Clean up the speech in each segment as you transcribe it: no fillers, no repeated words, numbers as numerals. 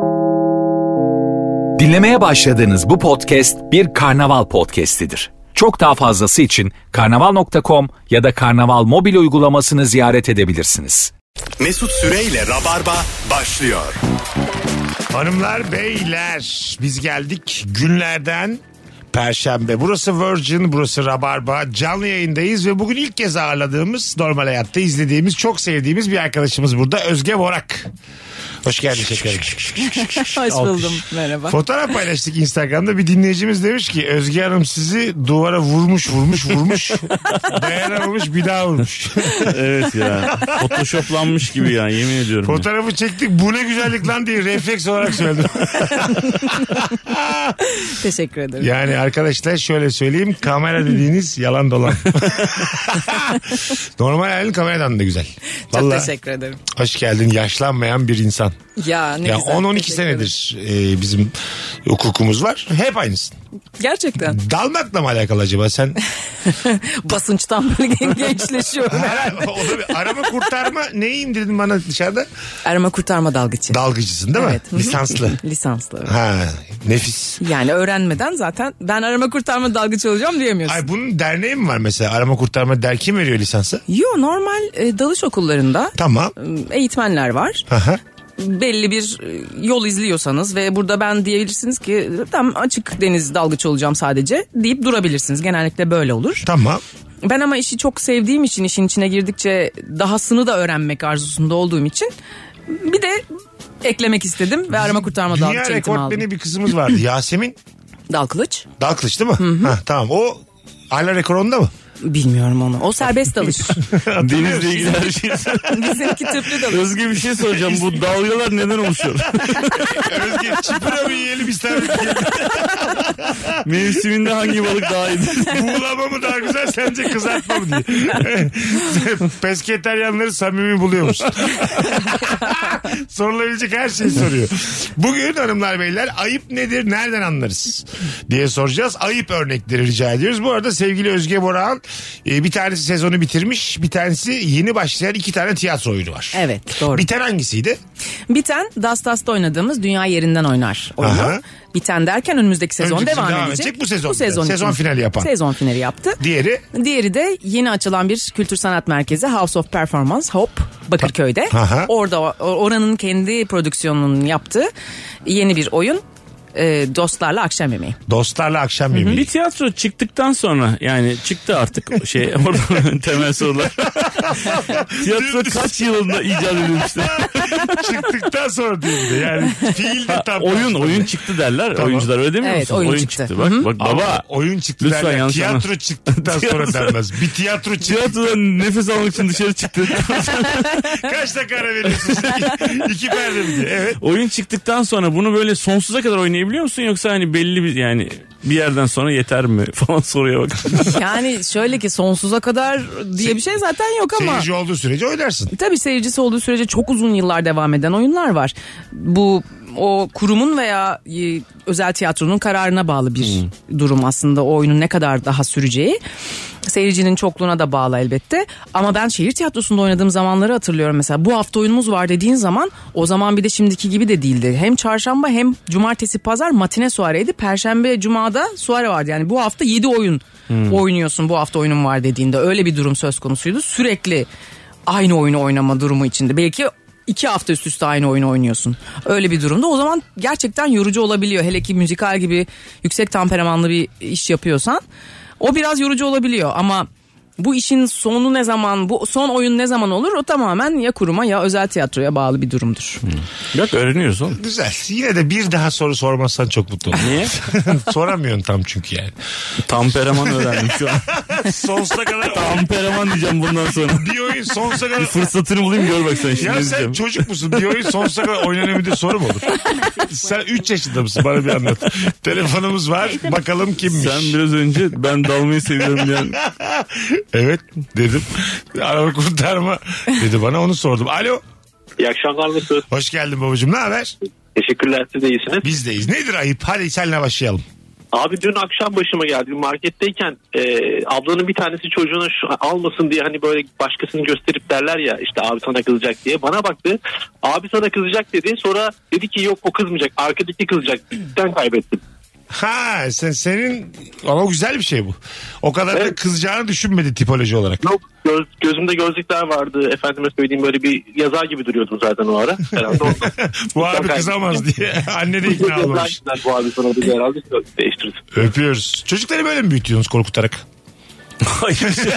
Dinlemeye başladığınız bu podcast bir karnaval podcastidir. Çok daha fazlası için karnaval.com ya da karnaval mobil uygulamasını ziyaret edebilirsiniz. Mesut Süreyle Rabarba başlıyor. Hanımlar, beyler, biz geldik günlerden Perşembe. Burası Virgin, burası Rabarba. Canlı yayındayız ve bugün ilk kez ağırladığımız, normal hayatta izlediğimiz, çok sevdiğimiz bir arkadaşımız burada. Özge Borak. Hoş geldin şekerim. Hoş buldum. Merhaba. Fotoğraf paylaştık Instagram'da. Bir dinleyicimiz demiş ki Özge Hanım sizi duvara vurmuş. Dayanamamış, bir daha vurmuş. Evet ya. Photoshoplanmış gibi ya, yemin ediyorum. Fotoğrafı çektik, bu ne güzellik lan diye refleks olarak söyledim. Teşekkür ederim. Yani arkadaşlar şöyle söyleyeyim, kamera dediğiniz yalan dolan. Normal halin kameradan da güzel. Çok teşekkür ederim. Hoş geldin, yaşlanmayan bir insan. Ya ne ya güzel. 10-12 senedir bizim hukukumuz var. Hep aynısın. Gerçekten. Dalmakla mı alakalı acaba sen? Basınçtan böyle gençleşiyorum. Arama kurtarma neyim dedin bana dışarıda? Arama kurtarma dalgıcı. Dalgıcısın değil mi? Evet. Lisanslı. Lisanslı. Evet. Ha, nefis. Yani öğrenmeden zaten ben arama kurtarma dalgıcı olacağım diyemiyorsun. Ay, bunun derneği mi var mesela? Arama kurtarma kim veriyor lisansı? Yo, normal dalış okullarında Tamam. Eğitmenler var. Aha. Belli bir yol izliyorsanız ve burada ben diyebilirsiniz ki tam açık deniz dalgıç olacağım sadece deyip durabilirsiniz. Genellikle böyle olur. Tamam. Ben ama işi çok sevdiğim için, işin içine girdikçe dahasını da öğrenmek arzusunda olduğum için bir de eklemek istedim ve arama kurtarma dalgıç eğitimi aldım. Dünya rekortmeni bir kızımız vardı. Yasemin Dalkılıç. Dalkılıç değil mi? Ha, tamam. O hala rekorunda mı? Bilmiyorum onu. O serbest dalış. Denizle ilgili her şey. Bizimki tüplü dalış. Özge bir şey soracağım. Bu dalgalar neden oluşuyor? Özge çipura mı yiyelim ister Mevsiminde hangi balık daha iyidir? Buğulama mı daha güzel sence kızartma mı diye. Pesketeryanları samimi buluyormuş. Sorulabilecek her şeyi soruyor. Bugün hanımlar beyler ayıp nedir, nereden anlarız diye soracağız. Ayıp örnekleri rica ediyoruz. Bu arada sevgili Özge Borak'ın bir tanesi sezonu bitirmiş, bir tanesi yeni başlayan 2 tane tiyatro oyunu var. Evet, doğru. Biten hangisiydi? Biten Das oynadığımız Dünya Yerinden Oynar oyunu. Aha. Biten derken önümüzdeki sezon devam edecek. Bu sezon finali yapan. Sezon finali yaptı. Diğeri de yeni açılan bir kültür sanat merkezi House of Performance Hope Bakırköy'de. Aha. Orada oranın kendi prodüksiyonunun yaptığı yeni bir oyun. Dostlarla akşam yemeği. Dostlarla akşam yemeği. Bir tiyatro çıktıktan sonra, yani çıktı artık orada temel sorular. Tiyatro kaç yılında icat edilmişti? Çıktıktan sonra diyor bir de. Yani fiil de tam. Oyun çıktı derler. Tamam. Oyuncular öyle demiyor Evet, musun? oyun çıktı. Bak Ama baba. oyun çıktı Lütfen derler. yanlış Tiyatro anlama. çıktıktan sonra denmez. Bir tiyatro çıktı. Tiyatrodan nefes almak için dışarı çıktı. Kaç dakika ara veriyorsunuz? 2 perde mi diye. Evet. Oyun çıktıktan sonra bunu böyle sonsuza kadar oynayabiliyor musun, yoksa hani belli bir, yani bir yerden sonra yeter mi falan soruya bak. Yani şöyle ki sonsuza kadar diye bir şey zaten yok ama. Seyirci olduğu sürece oynarsın. Tabii seyircisi olduğu sürece çok uzun yıllar devam eden oyunlar var. Bu o kurumun veya özel tiyatronun kararına bağlı bir durum aslında, o oyunun ne kadar daha süreceği. Seyircinin çokluğuna da bağlı elbette. Ama ben şehir tiyatrosunda oynadığım zamanları hatırlıyorum mesela. Bu hafta oyunumuz var dediğin zaman, o zaman bir de şimdiki gibi de değildi. Hem çarşamba hem cumartesi pazar matine suareydi. Perşembe cumada suare vardı. Yani bu hafta 7 oyun oynuyorsun bu hafta oyunum var dediğinde. Öyle bir durum söz konusuydu. Sürekli aynı oyunu oynama durumu içinde. Belki 2 hafta üst üste aynı oyunu oynuyorsun. Öyle bir durumda o zaman gerçekten yorucu olabiliyor. Hele ki müzikal gibi yüksek temperamanlı bir iş yapıyorsan o biraz yorucu olabiliyor. Ama bu işin sonu ne zaman, bu son oyun ne zaman olur, o tamamen ya kuruma ya özel tiyatroya bağlı bir durumdur. Bak öğreniyoruz oğlum. Güzel. Yine de bir daha soru sormazsan çok mutlu olurum. Niye? Soramıyorsun tam çünkü yani. Tamperaman öğrendim şu an. Sonsuza kadar. Tamperaman diyeceğim bundan sonra. Bir oyun sonsuza kadar. Bir fırsatını bulayım, gör bak sen şimdi. Ya sen çocuk musun? Bir oyun sonsuza kadar oynanıyor diye soru mu olur? Sen 3 yaşında mısın? Bana bir anlat. Telefonumuz var. Bakalım kimmiş? Sen biraz önce ben dalmayı seviyorum yani. Evet dedim. Araba kurtarma dedi bana, onu sordum. Alo. İyi akşamlar Mesut. Hoş geldin babacığım, ne haber? Teşekkürler, siz de iyisiniz. Bizdeyiz. Nedir ayıp? Hadi senle başlayalım. Abi dün akşam başıma geldi. Marketteyken ablanın bir tanesi çocuğuna almasın diye hani böyle başkasını gösterip derler ya işte abi sana kızacak diye. Bana baktı. Abi sana kızacak dedi. Sonra dedi ki yok o kızmayacak. Arkadaki kızacak. Ben kaybettim. Ha senin ama güzel bir şey bu. O kadar da kızacağını düşünmedi tipoloji olarak. Yok gözümde gözlükler vardı. Efendime söyleyeyim böyle bir yazar gibi duruyordum zaten o ara. Herhalde ondan. Bu abi kızamaz diye. Anne de ikna olmuş. Bu abi sana da herhalde değiştirir. Öpüyoruz. Çocukları böyle mi büyütüyorsunuz korkutarak? Hayır.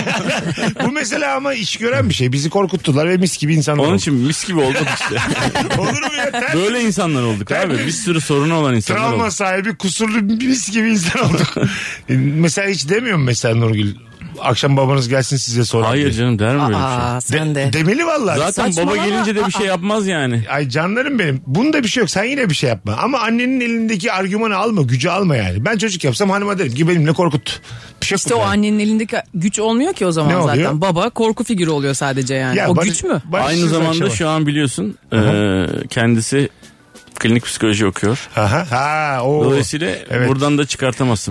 Bu mesela ama iş gören bir şey. Bizi korkuttular ve mis gibi insanlar Onun olduk. için mis gibi olduk işte. Olur mu ya? Böyle insanlar olduk abi. Bir sürü sorunu olan insanlar Travma olduk. sahibi kusurlu mis gibi insan olduk. Mesela hiç demiyor mu mesela Nurgül? Akşam babanız gelsin size sorar. Hayır canım der mi böyle bir şey? Aa sen de. Demeli vallahi. Zaten Saçmalama. baba gelince de bir şey yapmaz yani. Ay canlarım benim. Bunda bir şey yok. Sen yine bir şey yapma. Ama annenin elindeki argümanı alma. Gücü alma yani. Ben çocuk yapsam hanıma derim ki benimle korkut. Bir şey İşte yok o yani. annenin elindeki güç olmuyor ki o zaman Ne oluyor? zaten. Baba korku figürü oluyor sadece yani. Ya o barış- güç mü? barışsız Aynı zamanda akşama. şu an biliyorsun kendisi klinik psikoloji okuyor. Aha, ha, o. Dolayısıyla Evet. buradan da çıkartamazsın.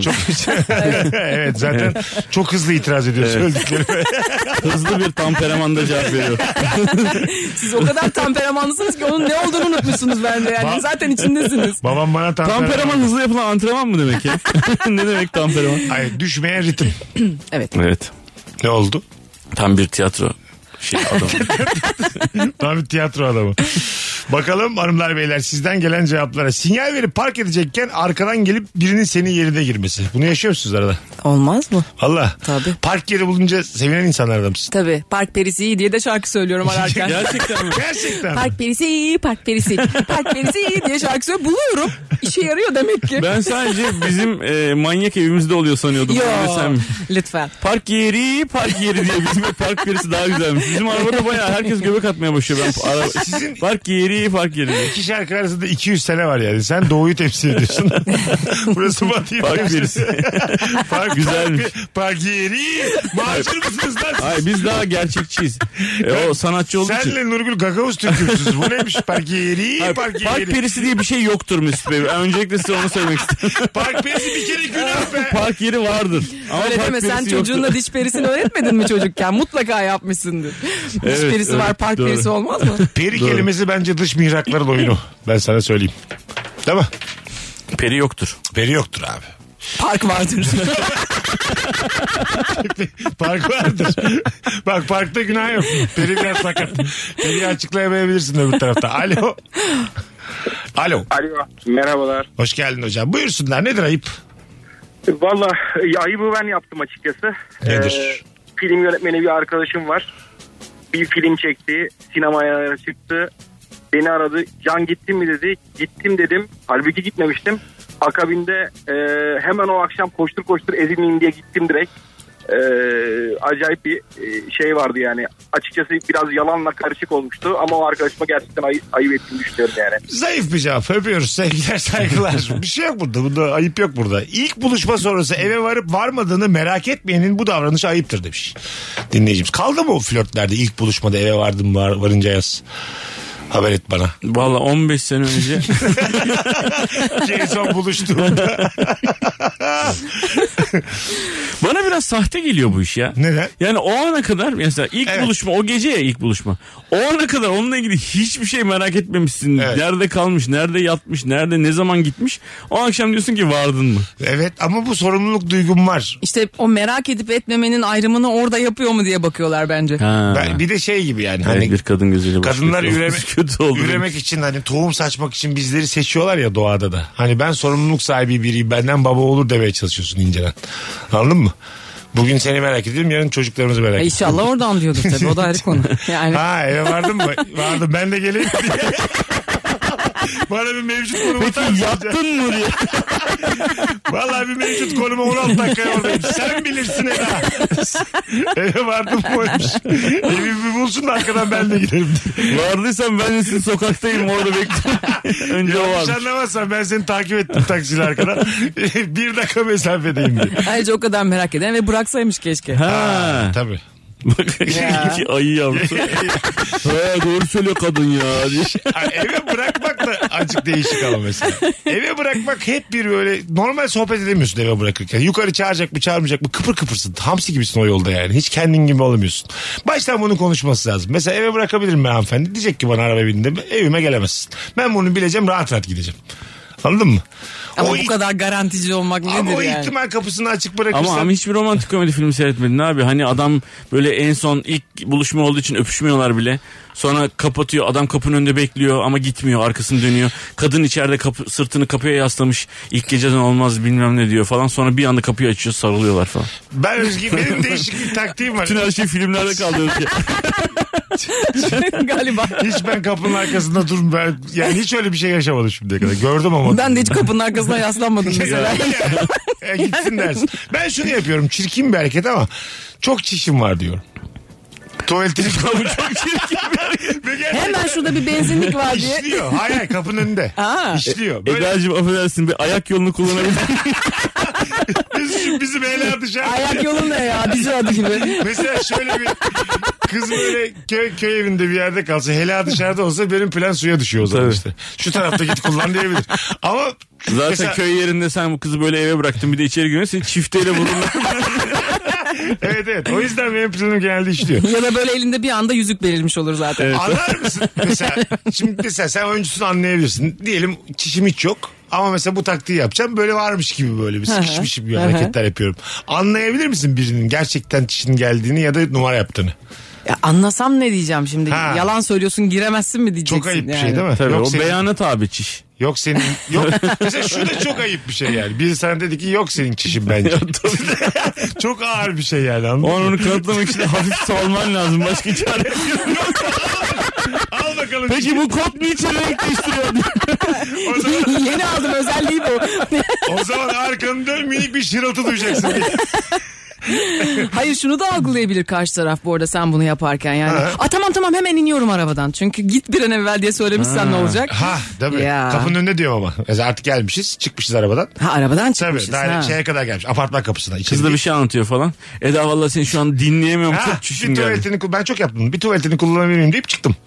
Evet zaten çok hızlı itiraz ediyor söylediklerime. Hızlı bir temperamanda cevap veriyor. Siz o kadar temperamanlısınız ki onun ne olduğunu unutmuşsunuz bende yani. Zaten içindesiniz. Babam bana Temperaman hızlı yapılan antrenman mı demek ya? Ne demek temperaman? Ay düşmeyen ritim. Evet. Evet. Ne oldu? Tam bir tiyatro adam. Tam bir tiyatro adamı. Bakalım hanımlar beyler sizden gelen cevaplara. Sinyal verip park edecekken arkadan gelip birinin senin yerine girmesi. Bunu yaşıyor musunuz arada? Olmaz mı? Allah. Tabii. Park yeri bulunca sevinen insanlardan mısın? Tabii. Park perisi iyi diye de şarkı söylüyorum ararken. Gerçekten mi? Gerçekten. Park perisi iyi, park perisi. Park perisi iyi diye şarkı söylüyorum. Buluyorum. İşe yarıyor demek ki. Ben sadece bizim manyak evimizde oluyor sanıyordum. Yo, Sen... lütfen. Park yeri diye bizim park perisi daha güzelmiş. Bizim arabada bayağı herkes göbek atmaya başlıyor. Sizin Park yeri diye. iki şarkı arasında 200 sene var yani. Sen doğuyu temsil ediyorsun. Burası batıyı Park temsil perisi. Park Güzelmiş. Park yeri. Maaşır mısınız lan siz? Hayır biz daha gerçekçiyiz. O sanatçı olduğu için. Senle Nurgül Gagavuz Türk'ümsünüz. Bu neymiş? Park yeri. Hayır, Park park yeri. perisi diye bir şey yoktur Mesut Bey. Öncelikle size onu söylemek istedim. Park perisi bir kere günah be. Park yeri vardır. Ama Öyle park deme sen perisi çocuğunla yoktur. diş perisini öğretmedin mi çocukken? Mutlaka yapmışsındır. Diş Evet, perisi var, evet, park doğru. perisi olmaz mı? Peri Doğru. kelimesi bence dış mihrakların oyunu. Ben sana söyleyeyim. Değil mi? Peri yoktur. Peri yoktur abi. Park vardır. Park vardır. Bak parkta günah yok. Peri biraz sakat. Periyi açıklayamayabilirsin öbür tarafta. Alo. Alo. Alo, merhabalar. Hoş geldin hocam. Buyursunlar. Nedir ayıp? Valla ayıbı ben yaptım açıkçası. Nedir? Film yönetmeni bir arkadaşım var. Bir film çekti, sinemaya çıktı. Beni aradı, Can gittin mi dedi. Gittim dedim. Halbuki gitmemiştim. Akabinde hemen o akşam koştur koştur ezilmeyeyim diye gittim direkt. Acayip bir şey vardı yani. Açıkçası biraz yalanla karışık olmuştu. Ama o arkadaşıma gerçekten ayıp ettiğini düşünüyorum yani. Zayıf bir cevap. Öpüyoruz. Sevgiler, saygılar. Bir şey yok burada. Bunda ayıp yok burada. İlk buluşma sonrası eve varıp varmadığını merak etmeyenin bu davranışı ayıptır demiş dinleyicimiz. Kaldı mı o flörtlerde ilk buluşmada eve vardım varınca yaz? Haber et bana. Valla 15 sene önce. En son buluştuğumda. Bana biraz sahte geliyor bu iş ya. Neden? Yani o ana kadar mesela ilk Evet. buluşma o gece ya ilk buluşma. O ana kadar onunla ilgili hiçbir şey merak etmemişsin. Evet. Nerede kalmış, nerede yatmış, nerede ne zaman gitmiş. O akşam diyorsun ki vardın mı? Evet ama bu sorumluluk duygum var. İşte o merak edip etmemenin ayrımını orada yapıyor mu diye bakıyorlar bence. Ha. Ben, bir de şey gibi yani. Evet, Hani bir kadın gözüyle kadınlar kötü oldu. üremek için hani tohum saçmak için bizleri seçiyorlar ya doğada da. Hani ben sorumluluk sahibi biriyim benden baba olur demeye çalışıyorsun inceden. Anladın mı? Bugün seni merak ediyorum yarın çocuklarımızı merak ediyorum. İnşallah oradan diyordur tabii o da ayrı konu. Yani Ha eve vardın mı? Vardım ben de geleyim diye. Bana bir mevcut konum atar mısın? Yattın mı diye. Vallahi bir mevcut konuma 16 dakikaya oradayım. Sen bilirsin Eda. Eve vardım mı oymuş. Evi bir bulsun da arkadan ben de giderim diye. Vardıysan ben de sizin sokaktayım orada bekliyorum. Önce o Yanlış varmış. anlamazsan ben seni takip ettim taksiyle arkadan. 1 dakika mesafedeyim diye. ayrıca o kadar merak eden ve bıraksaymış keşke. Ha. Tabii. Bak iki ayı yavrusu. Ha, doğru söylüyor kadın ya. Diye. Eve bırakmak da Azıcık değişik ama mesela. Eve bırakmak hep bir böyle normal sohbet edemiyorsun eve bırakırken. Yukarı çağıracak mı çağırmayacak mı kıpır kıpırsın. Hamsi gibisin o yolda yani. Hiç kendin gibi olamıyorsun. Baştan bunun konuşması lazım. Mesela eve bırakabilirim ben hanımefendi. Diyecek ki bana araba bindim evime gelemezsin. Ben bunu bileceğim rahat rahat gideceğim. Anladın mı? Ama bu kadar garantici olmak nedir ama o yani? ihtimal kapısını açık bırakırsan. Ama hiçbir romantik komedi filmi seyretmedin abi. Hani adam böyle en son ilk buluşma olduğu için öpüşmüyorlar bile. Sonra kapatıyor. Adam kapının önünde bekliyor ama gitmiyor. Arkasını dönüyor. Kadın içeride sırtını kapıya yaslamış. İlk geceden olmaz bilmem ne diyor falan. Sonra bir anda kapıyı açıyor sarılıyorlar falan. Ben Özgür benim değişik bir taktiğim var. Bütün her şey filmlerde kaldı Özgür. Galiba. Hiç ben kapının arkasında durum ben yani hiç öyle bir şey yaşamadım şimdiye kadar. Gördüm ama. Ben de hiç kapının arkasına yaslanmadım mesela. Gitsin dersin. Ben şunu yapıyorum. Çirkin bir hareket ama çok çişim var diyorum. Tuvaletini çok çirkin bir hareket. Hemen şurada bir benzinlik var diye. İşliyor. Hayır kapının önünde. İşliyor. Böyle Eda'cığım affedersin bir ayak yolunu kullanabilir bizim Hela dışarıda. Ayak yolu ne ya? Dizi adı gibi. Mesela şöyle bir kız böyle köy evinde bir yerde kalsa Hela dışarıda olsa benim plan suya düşüyor o zaman Tabii. işte. Şu tarafta git kullan diyebilir. Ama Zaten mesela, köy yerinde sen bu kızı böyle eve bıraktın bir de içeri giriyorsun çifteyle vururlar. evet o yüzden benim planım genelde işliyor. Ya da böyle elinde bir anda yüzük verilmiş olur zaten. Evet. Anlar mısın? Şimdi mesela sen oyuncusun anlayabilirsin. Diyelim çişim hiç yok. Ama mesela bu taktiği yapacağım. Böyle varmış gibi böyle bir sıkışmış gibi hareketler yapıyorum. Anlayabilir misin birinin gerçekten çişinin geldiğini ya da numara yaptığını? Ya anlasam ne diyeceğim şimdi? Ha. Yalan söylüyorsun giremezsin mi diyeceksin? Çok ayıp bir yani. şey değil mi? Tabii Yok o senin, beyanat abi çiş. yok senin yok. Mesela şu da çok ayıp bir şey yani. Biri sana dedi ki yok senin çişin bence. Çok ağır bir şey yani anladın mı? Onu kanıtlamak için hafif salman lazım. Başka çare yok. Al bakalım. Peki bu kot niçin renk değiştiriyor? O zaman, Yeni aldım özelliği bu. o zaman arkanı dön minik bir şırıltı duyacaksın. Hayır şunu da algılayabilir karşı taraf bu arada sen bunu yaparken yani. Tamam hemen iniyorum arabadan. Çünkü git bir an evvel diye söylemişsen ne olacak? Ha tabii. Ya. Kapının önünde diyorum ama. Mesela artık gelmişiz çıkmışız arabadan. Ha arabadan Tabii çıkmışız. daha ha. şeye kadar gelmiş. Apartman kapısına. Kız da bir şey anlatıyor falan. Eda vallahi seni şu an dinleyemiyorum. Çok çişim bir geldi. tuvaletini ben çok yaptım. Bir tuvaletini kullanabilir miyim deyip çıktım.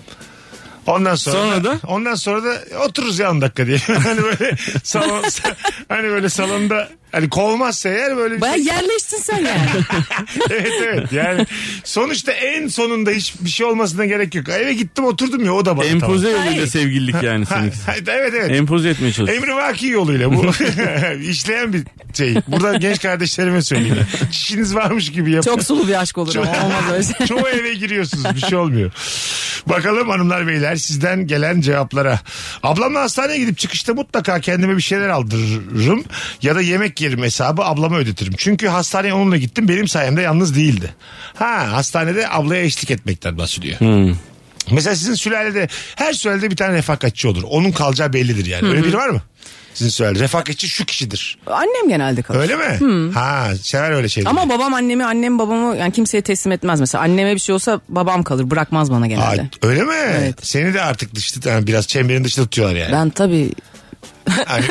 Ondan sonra da otururuz ya 10 dakika diye. Hani böyle hani böyle salonda hani kovmazsa eğer böyle bir Baya şey. yerleştin sen yani. Evet yani sonuçta en sonunda hiçbir şey olmasına gerek yok. Eve gittim oturdum ya o da bana Empoze tamam. yoluyla sevgililik yani seninkisi. Evet. Empoze etmeye çalışıyor. Emrivaki yoluyla bu işleyen bir şey. Burada genç kardeşlerime söyleyeyim. Çişiniz varmış gibi yapın. Çok sulu bir aşk olur ama olmaz öyle şey. Çoğu eve giriyorsunuz bir şey olmuyor. Bakalım hanımlar beyler sizden gelen cevaplara. Ablamla hastaneye gidip çıkışta mutlaka kendime bir şeyler aldırırım ya da yemek yerim hesabı ablama ödetirim. Çünkü hastaneye onunla gittim benim sayemde yalnız değildi. Hastanede ablaya eşlik etmekten bahsediyor. Mesela sizin sülalede her sülalede bir tane refakatçi olur. Onun kalacağı bellidir yani. Öyle biri var mı? Sizin sülalede refakatçi şu kişidir. Annem genelde kalır. Öyle mi? Sever öyle şeyleri. Ama babam annemi, annem babamı yani kimseye teslim etmez mesela. Anneme bir şey olsa babam kalır, bırakmaz bana genelde. Öyle mi? Evet. Seni de artık dışta yani biraz çemberin dışında tutuyorlar yani. Ben tabii Hani...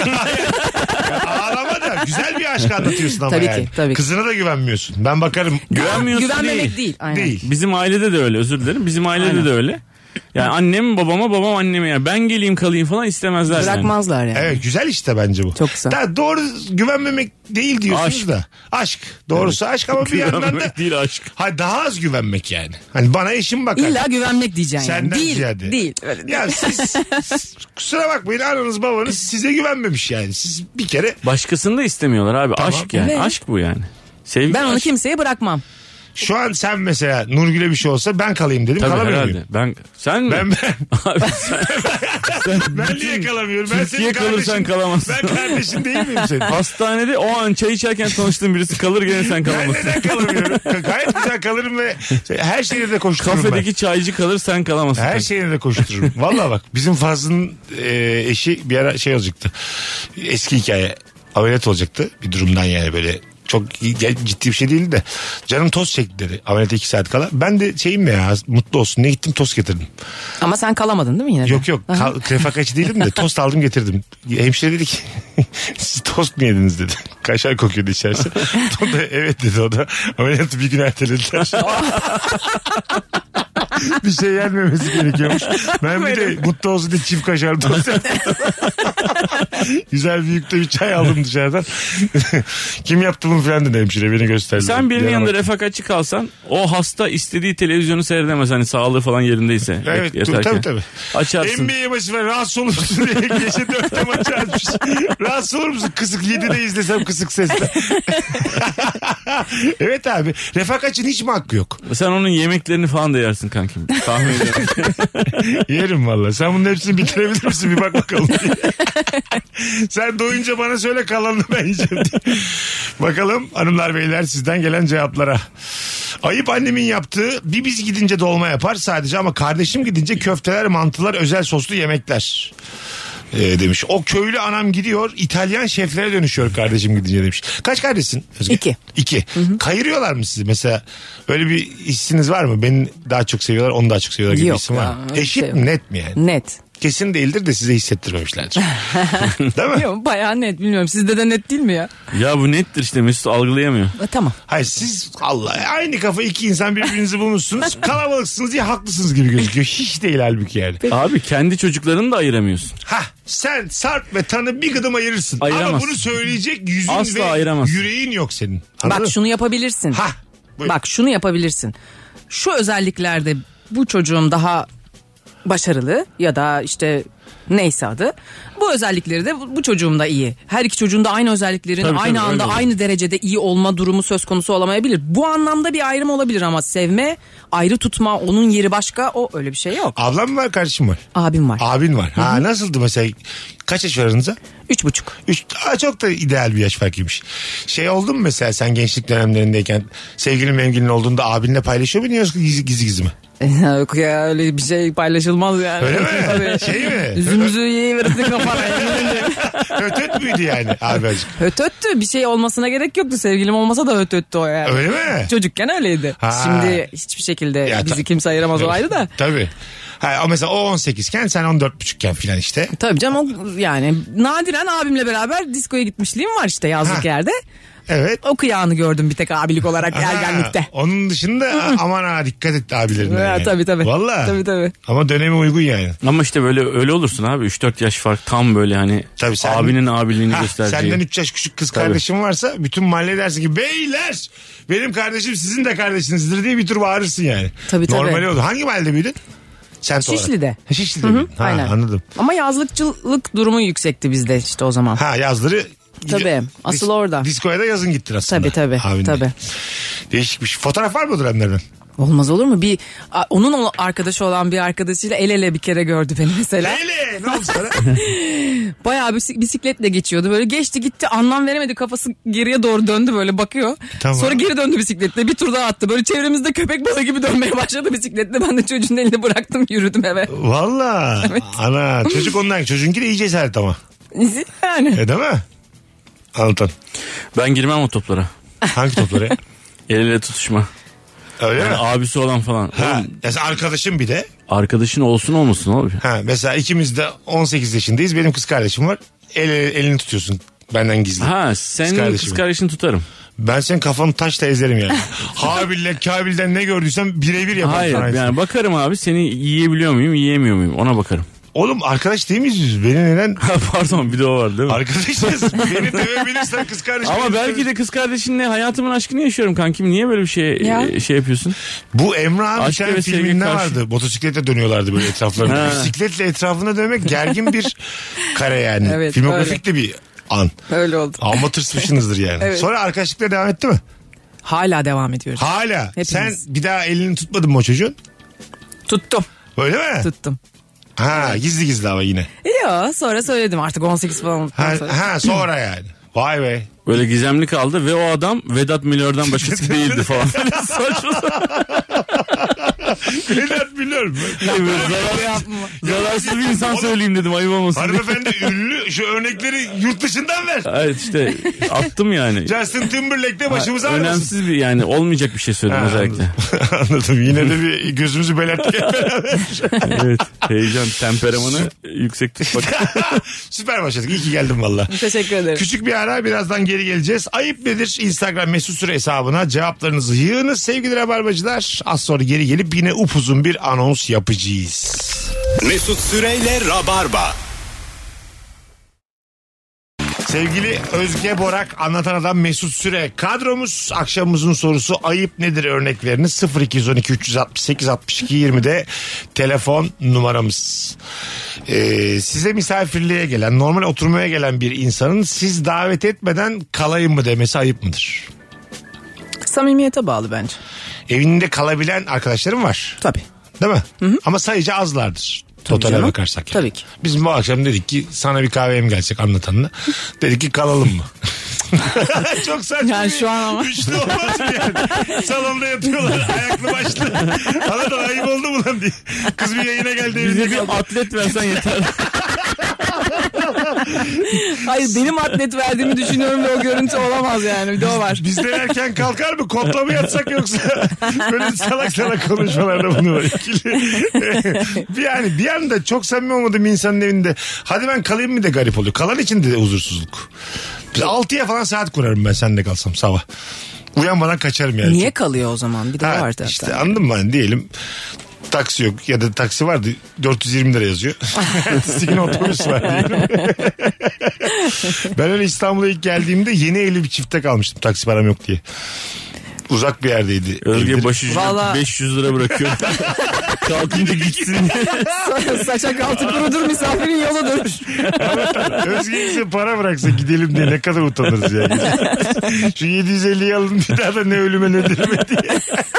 Ağlama da güzel bir aşk anlatıyorsun ama Tabii yani. ki, tabii ki. Kızına da güvenmiyorsun. Ben bakarım. Güvenmiyorsun güvenmemek değil. Aynen. Değil. Bizim ailede de öyle özür dilerim. Bizim ailede de öyle. Yani annem babama babam anneme ya ben geleyim kalayım falan istemezler yani. Bırakmazlar yani. Evet güzel işte bence bu. Çok güzel. Da doğru güvenmemek değil diyorsunuz Aşk. da. Aşk. Doğrusu aşk ama bir yandan da. Güvenmek değil aşk. Daha az güvenmek yani. Hani bana eşim bakar. İlla güvenmek diyeceksin yani. Senden Değil. ziyade. Değil. Öyle Ya siz kusura bakmayın ananız babanız size güvenmemiş yani. Siz bir kere Başkasını da istemiyorlar abi. Tamam. Aşk yani. Evet. Aşk bu yani. Sevgi Ben onu aşk. kimseye bırakmam. şu an sen mesela Nurgül'e bir şey olsa ben kalayım dedim. Tabii Kalamıyor herhalde. muyum? Sen mi? Ben ben niye kalamıyorum? Ben Türkiye senin kalırsan kardeşin. kalamazsın. Ben kardeşin değil miyim senin? Hastanede o an çay içerken tanıştığın birisi kalır gene sen Ben kalamazsın. neden kalamıyorum? Gayet güzel kalırım ve her şeyi de koştururum Kafedeki çaycı kalır sen kalamazsın. ben. Her şeyini de koştururum. Vallahi bak bizim Fazlı'nın eşi bir ara şey olacaktı. Eski hikaye. Ameliyat olacaktı bir durumdan yani böyle. Çok ciddi bir şey değildi de. Canım tost çekti dedi. Ameliyata 2 saat kala. Ben de şeyim ya mutlu olsun. Ne gittim tost getirdim. Ama sen kalamadın değil mi yine de? Yok. Refakatçi değilim de tost aldım getirdim. Hemşire dedi ki siz tost mu yediniz dedi. Kaşar kokuyordu içerisi. O da evet dedi o da. Ameliyatı bir gün ertelediler. bir şey yenmemesi gerekiyormuş. Ben bir de mutlu olsun diye çift kaşar tost yaptım. Güzel büyükte bir çay aldım dışarıdan. Kim yaptı bunu falan dedi hemşire, beni gösterdi. Sen birinin yanında bak. refakatçi kalsan o hasta istediği televizyonu seyredemez hani sağlığı falan yerindeyse. Evet Yatarken. tabii. Açarsın. NBA maçı var, rahatsız olursun diye gece 4'te maçı açmış. Rahatsız olur musun? Kısık 7'de izlesem kısık sesle. Evet abi, refakatçinin hiç mi hakkı yok? Sen onun yemeklerini falan da yersin kankim. Tahmin ediyorum. Yerim valla. Sen bunun hepsini bitirebilir misin? Bir bak bakalım. Sen doyunca bana söyle, kalanını ben yiyeceğim diye. Bakalım hanımlar beyler sizden gelen cevaplara. Ayıp annemin yaptığı, bir biz gidince dolma yapar sadece ama kardeşim gidince köfteler, mantılar, özel soslu yemekler. Demiş. O köylü anam gidiyor, İtalyan şeflere dönüşüyor kardeşim gidince demiş. Kaç kardeşsin Özge? 2. Kayırıyorlar mı sizi? Mesela öyle bir hissiniz var mı? Beni daha çok seviyorlar, onu daha çok seviyorlar gibi Yok hissin var ya, mı? öyle Eşit şey mi, net mi yani? Net. Kesin değildir de size hissettirmemişlerdir. Değil mi? Yok, bayağı net, bilmiyorum. Sizde de net değil mi ya? Ya bu nettir işte, Mesut algılayamıyor. Tamam. Hayır, siz Allah aynı kafa iki insan birbirinizi bulmuşsunuz. Kalabalıksınız diye haklısınız gibi gözüküyor. Hiç değil halbuki yani. Abi kendi çocuklarını da ayıramıyorsun. Sen Sarp ve Tan'ı bir gıdım ayırırsın. Ama Ayıramazsın. bunu söyleyecek yüzün Asla ve ayıramazsın. yüreğin yok senin. Anladın Bak mı? şunu yapabilirsin. Buyur. Bak şunu yapabilirsin. Şu özelliklerde bu çocuğum daha başarılı ya da işte neyse adı. Bu özellikleri de bu çocuğum da iyi. Her iki çocuğun da aynı özelliklerin Tabii, aynı tabii, anda öyle aynı derecede iyi olma durumu söz konusu olamayabilir. Bu anlamda bir ayrım olabilir ama sevme, ayrı tutma, onun yeri başka, o öyle bir şey yok. Ablam mı var, kardeşim var? Abim var. Abin var. Nasıldı mesela? Kaç yaş var aranızda? 3,5. Çok da ideal bir yaş farkıymış. Şey oldu mu mesela, sen gençlik dönemlerindeyken sevgilin mevgilin olduğunda abinle paylaşıyor muydun yoksa gizli mi? Yok ya, öyle bir şey paylaşılmaz yani. Öyle mi? Tabii. Şey mi? Üzümüzü yiyiverirsin kafana. Hötöt müydü yani abi azıcık? Hötöttü, bir şey olmasına gerek yoktu. Sevgilim olmasa da hötöttü o yani. Öyle mi? Çocukken öyleydi. Ha. Şimdi hiçbir şekilde Ya bizi kimse ayıramaz, o ayrı da. Tabii. O mesela o 18 iken sen 14,5'ken filan işte. Tabii canım, o yani nadiren abimle beraber diskoya gitmişliğim var işte yazlık yerde. Evet. O kıyağını gördüm bir tek abilik olarak ergenlikte. Onun dışında aman dikkat et abilerine. Ya, Yani. tabii. Valla. Tabii. Ama döneme uygun yani. Ama işte böyle öyle olursun abi, 3-4 yaş fark tam böyle hani Tabii sen- abinin abiliğini göstereceği. Senden 3 yaş küçük kız kardeşin varsa bütün mahalle dersin ki beyler benim kardeşim sizin de kardeşinizdir diye bir tur bağırırsın yani. Tabii. Normali oldu. Hangi mahallede büyüdün? Semt olarak. Şişli'de. Şişli'de büyüdün. Aynen. Anladım. Ama yazlıkçılık durumu yüksekti bizde işte o zaman. Yazları. Tabii, asıl orada. Diskoya da yazın gittin aslında. Tabii. Abinle. Tabii. Değişikmiş. Fotoğraf var mı o dönemlerden? Olmaz olur mu? Onun arkadaşı olan bir arkadaşıyla el ele bir kere gördü beni mesela. Öyle. Ne oldu sana? Bayağı bisikletle geçiyordu. Böyle geçti gitti, anlam veremedi, kafası geriye doğru döndü, böyle bakıyor. Tamam. Sonra geri döndü bisikletle, bir tur daha attı. Böyle çevremizde köpek balığı gibi dönmeye başladı bisikletle. Ben de çocuğun elini bıraktım, yürüdüm eve. Valla. Evet. Ana çocuk ondan. Çocuğunki de iyi cesaret ama. Yani. Değil mi? Anlatan. Ben girmem o toplara. Hangi topları? El ele tutuşma. Öyle mi? Yani abisi olan falan. Oğlum, Mesela arkadaşım bir de. arkadaşın olsun olmasın abi. Mesela ikimiz de 18 yaşındayız. Benim kız kardeşim var. Elini tutuyorsun benden gizli. Senin kardeşim. kız kardeşini tutarım. Ben senin kafanı taşla ezerim yani. Habil'le Kabil'den ne gördüysem birebir yaparım. Hayır sana. yani bakarım abi, seni yiyebiliyor muyum yiyemiyor muyum, ona bakarım. Oğlum arkadaş değil miyiz biz? Beni neden... Pardon, bir de o var değil mi? Arkadaşız. Beni dövebilirsen kız kardeşim. Ama belki de kız kardeşinle hayatımın aşkını yaşıyorum kankim. Niye böyle bir şey yapıyorsun? Bu Emre abi Aşk ve sevgi filminde karşı- vardı. Motosiklete dönüyorlardı böyle etraflarına. Ha. Bisikletle etrafına dönmek gergin bir kare yani. Evet, Filmografik de bir an. Öyle oldu. Amma tırsmışsınızdır yani. Evet. Sonra arkadaşlıkla devam etti mi? Hala devam ediyoruz. Hala. Hepimiz. Sen bir daha elini tutmadın mı o çocuğun? Tuttum. Öyle mi? Tuttum. Gizli gizli ama yine. Yok, sonra söyledim artık 18 falan olduktan sonra. Sonra yani. Vay be. Böyle gizemli kaldı ve o adam Vedat Milor'dan başkası değildi falan. Saçma. Vedat biliyorum. Zararsız bir insan söyleyeyim dedim, ayıp olmasın diye. Hanımefendi ünlü, şu örnekleri yurt dışından ver. Evet işte attım yani. Justin Timberlake'de başımıza ağrımasın. Önemsiz bir, yani olmayacak bir şey söyledim özellikle. Anladım. Yine de bir gözümüzü belerttik hep beraber. Evet, heyecan temperamanı yüksek tutmak. Süper başladık. İyi ki geldin valla. Teşekkür ederim. Küçük bir ara, birazdan geri geri geleceğiz. Ayıp nedir? Instagram Mesut Süre hesabına cevaplarınızı yığınız sevgili Rabarbacılar. Az sonra geri gelip yine upuzun bir anons yapacağız. Mesut Süreyle Rabarba. Sevgili Özge Borak, Anlatan Adam Mesut Süre kadromuz. Akşamımızın sorusu ayıp nedir örnekleriniz 0212 368 62 20'de telefon numaramız. Size misafirliğe gelen, normal oturmaya gelen bir insanın siz davet etmeden kalayım mı demesi ayıp mıdır? Samimiyete bağlı bence. Evinde kalabilen arkadaşlarım var. Tabii. Değil mi? Hı. Ama sayıca azlardır. Totale canım. bakarsak. Yani. Tabii ki. Biz bu akşam dedik ki sana bir kahveye mi gelsek Anlatan'la? Dedik ki kalalım mı? Çok saçma. Yani şu an ama. Üçlü olmaz mı yani? Salonda yatıyorlar ayaklı başlı. Anlatan ayıp oldu mu lan diye. Kız bir yayına geldi. Bize bir atlet versen yeter. Hayır, benim atlet verdiğimi düşünüyorum ve o görüntü olamaz yani. Bir de o var. Biz denerken kalkar mı? Kotla mı yatsak yoksa? Böyle salak salak konuşmalarda bunu var. Yani bir anda çok samimi olmadığım insanın evinde hadi ben kalayım mı de garip oluyor. Kalan için de huzursuzluk. 6'ya falan saat kurarım ben seninle kalsam sabah. Uyanmadan kaçarım yani. Niye kalıyor o zaman? Bir de var zaten. İşte anladın mı? Hani diyelim taksi yok ya da taksi vardı 420 lira yazıyor. Ertesi gün otobüs var diyelim. Ben öyle İstanbul'a ilk geldiğimde yeni evli bir çifte kalmıştım taksi param yok diye. Uzak bir yerdeydi. Özge başucuna Vallahi... 500 lira bırakıyor. Kalkınca gitsin. Saçak altı kurudur, misafirin yoludur. Özge bize para bıraksa gidelim diye ne kadar utanırız yani. Şu 750'yi alın bir daha da ne ölüme ne dirime diye.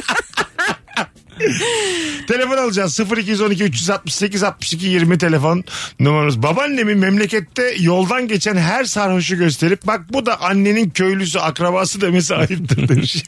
Telefon alacağız 0212 368 62 20 telefon numaramız. Babaannemin memlekette yoldan geçen her sarhoşu gösterip bak bu da annenin köylüsü akrabası demesi ayıptır demiş.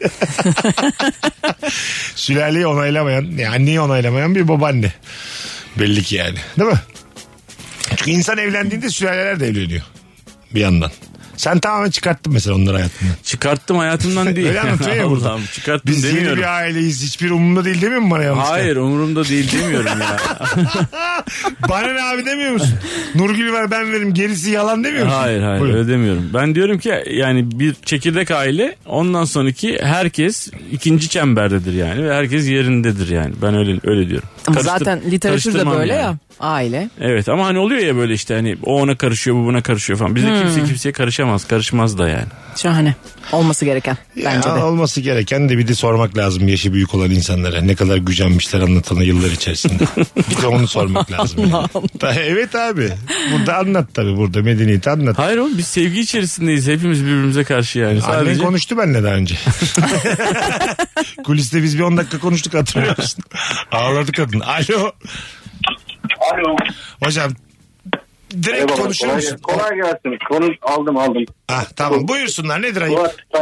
Sülaleyi onaylamayan, yani anneyi onaylamayan bir babaanne belli ki yani, değil mi? Çünkü insan evlendiğinde sülaleler de evleniyor bir yandan. Sen tamamen çıkarttın mesela onları hayatından. Çıkarttım hayatımdan değil. Öyle anlatıyor ya burada. Allah'ım, çıkarttım biz demiyorum. Biz yeni bir aileyiz. Hiçbir umurumda değil demiyor musun bana yanlışlıkla? Hayır umurumda değil demiyorum ya. Bana ne abi demiyor musun? Nurgül ver ben veririm gerisi yalan demiyor musun? Hayır Buyurun. öyle demiyorum. Ben diyorum ki yani bir çekirdek aile ondan sonraki herkes ikinci çemberdedir yani. Ve herkes yerindedir yani. Ben öyle diyorum. Ama zaten literatürde böyle yani. Ya. Aile. Evet ama hani oluyor ya böyle işte hani o ona karışıyor bu buna karışıyor falan. Bizde kimse kimseye karışmaz da yani. Şahane. Olması gereken bence de. Olması gereken de bir de sormak lazım yaşı büyük olan insanlara. Ne kadar gücenmişler anlatanı yıllar içerisinde. Bir de onu sormak lazım. Yani. Evet abi. Burada anlat tabii burada medeniyeti anlat. Hayır oğlum biz sevgi içerisindeyiz hepimiz birbirimize karşı yani. Sadece... Annen konuştu benimle daha önce. Kuliste biz bir 10 dakika konuştuk hatırlıyor musun? Ağladı kadın. Alo. Alo. Hocam direkt konuşur musun? Kolay gelsin. Aldım. Ah, tamam buyursunlar nedir ayıp?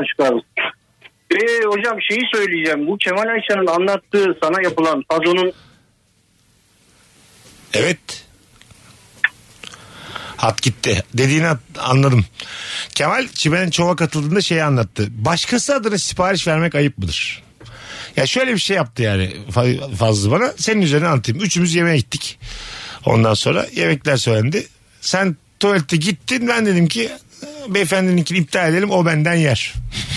Hocam şeyi söyleyeceğim. Bu Kemal Ayça'nın anlattığı sana yapılan fazonun... Evet. Hat gitti. Dediğini anladım. Kemal Çimen'in Çova katıldığında şeyi anlattı. Başkası adına sipariş vermek ayıp mıdır? Ya şöyle bir şey yaptı yani Fazlı bana. Senin üzerine anlatayım. Üçümüz yemeğe gittik. Ondan sonra yemekler söylendi. Sen tuvalete gittin. Ben dedim ki beyefendininkini iptal edelim. O benden yer.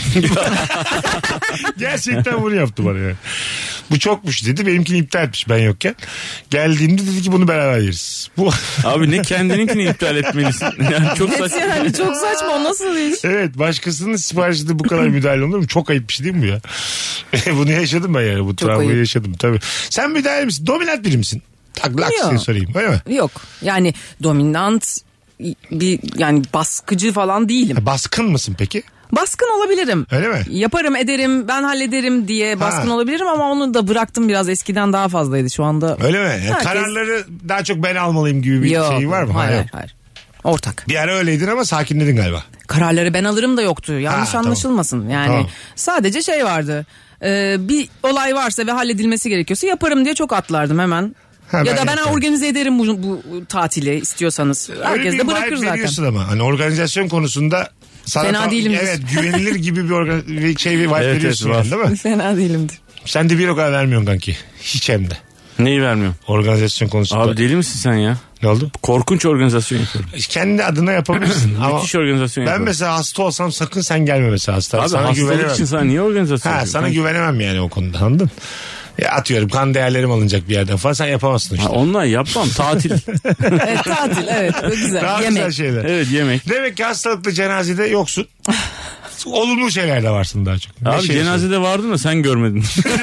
Gerçekten bunu yaptı bana yani. Bu çokmuş dedi. Benimkini iptal etmiş ben yokken. Geldiğimde dedi ki bunu beraber yeriz. Bu... Abi ne kendininkini iptal etmelisin. Yani çok saçma. Yani çok saçma o nasıl bir iş? Evet başkasının siparişinde bu kadar müdahale olur mu? Çok ayıp bir şey değil mi bu ya? Bunu yaşadım ben yani. Bu travmayı yaşadım tabii. Sen müdahale misin? Dominant biri misin? Aksini sorayım öyle mi? Yok yani dominant bir yani baskıcı falan değilim. Baskın mısın peki? Baskın olabilirim. Öyle mi? Yaparım ederim ben hallederim diye baskın olabilirim ama onu da bıraktım biraz eskiden daha fazlaydı şu anda. Öyle mi? Yani kararları daha çok ben almalıyım gibi bir şey var mı? Hayır. Ortak. Bir ara öyleydin ama sakinledin galiba. Kararları ben alırım da yoktu. Yanlış anlaşılmasın. Tamam. Yani sadece şey vardı. Bir olay varsa ve halledilmesi gerekiyorsa yaparım diye çok atlardım hemen. Ya da ben organize ederim bu tatili istiyorsanız. Herkes de bırakır zaten. Ama hani organizasyon konusunda fena değilimdir. Evet güvenilir gibi bir vibe veriyorsun yani, değil mi? Fena değilimdir. Sen de bir o kadar vermiyorsun kanki. Hiç hem de. Neyi vermiyorum? Organizasyon konusunda. Abi deli misin sen ya? Ne oldu? Korkunç organizasyon yapıyorum. Kendi adına yapabilirsin. Ama Müthiş organizasyon ben yapıyorum. mesela hasta olsam sakın sen gelme mesela hasta. Abi sana hastalık güvenemem. için sana niye organizasyon yapıyorum? Sana güvenemem yani o konuda, anladın? Ya atıyorum kan değerlerim alınacak bir yerden falan, sen yapamazsın işte. Onlar yapmam. Tatil. Evet, tatil, evet, güzel. Daha Yemek. güzel şeyler. Evet, yemek. Demek ki hastalıklı cenazede yoksun. Olumlu şeylerde varsın daha çok. Abi cenazede vardın da sen görmedin.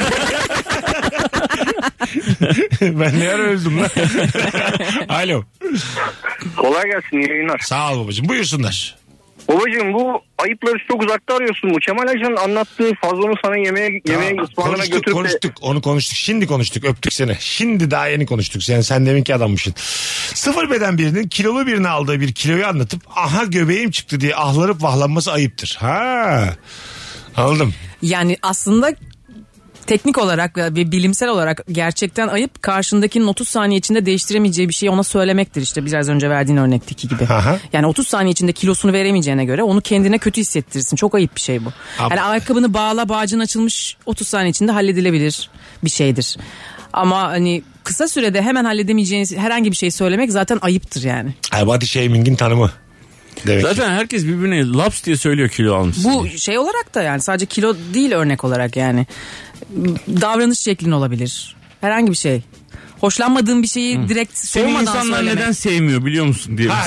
Ben ne ara öldüm lan. Alo. Kolay gelsin, iyi yayınlar. Sağ ol babacığım, buyursunlar. Babacığım, bu ayıpları çok uzakta arıyorsun. Bu Kemal Ajan'ın anlattığı fazonu sana yemeğe ısmarlana götürüp konuştuk, onu konuştuk. Şimdi konuştuk, öptük seni. Şimdi daha yeni konuştuk. Yani sen deminki adammışsın. Sıfır beden birinin kilolu birini aldığı bir kiloyu anlatıp aha göbeğim çıktı diye ahlarıp vahlanması ayıptır. Ha. Anladım. Yani aslında teknik olarak ve bilimsel olarak gerçekten ayıp, karşındakinin 30 saniye içinde değiştiremeyeceği bir şeyi ona söylemektir, işte biraz önce verdiğin örnekteki gibi. Aha. Yani 30 saniye içinde kilosunu veremeyeceğine göre onu kendine kötü hissettirirsin. Çok ayıp bir şey bu. Yani ayakkabını bağla, bağcın açılmış, 30 saniye içinde halledilebilir bir şeydir. Ama hani kısa sürede hemen halledemeyeceğiniz herhangi bir şey söylemek zaten ayıptır yani. Body shaming'in tanımı. Demek Zaten herkes birbirine laps diye söylüyor kilo almışsın. Bu şey olarak da yani sadece kilo değil, örnek olarak yani. Davranış şeklin olabilir. Herhangi bir şey. Hoşlanmadığın bir şeyi direkt Seni sormadan insanlar söylemek. neden sevmiyor biliyor musun diye.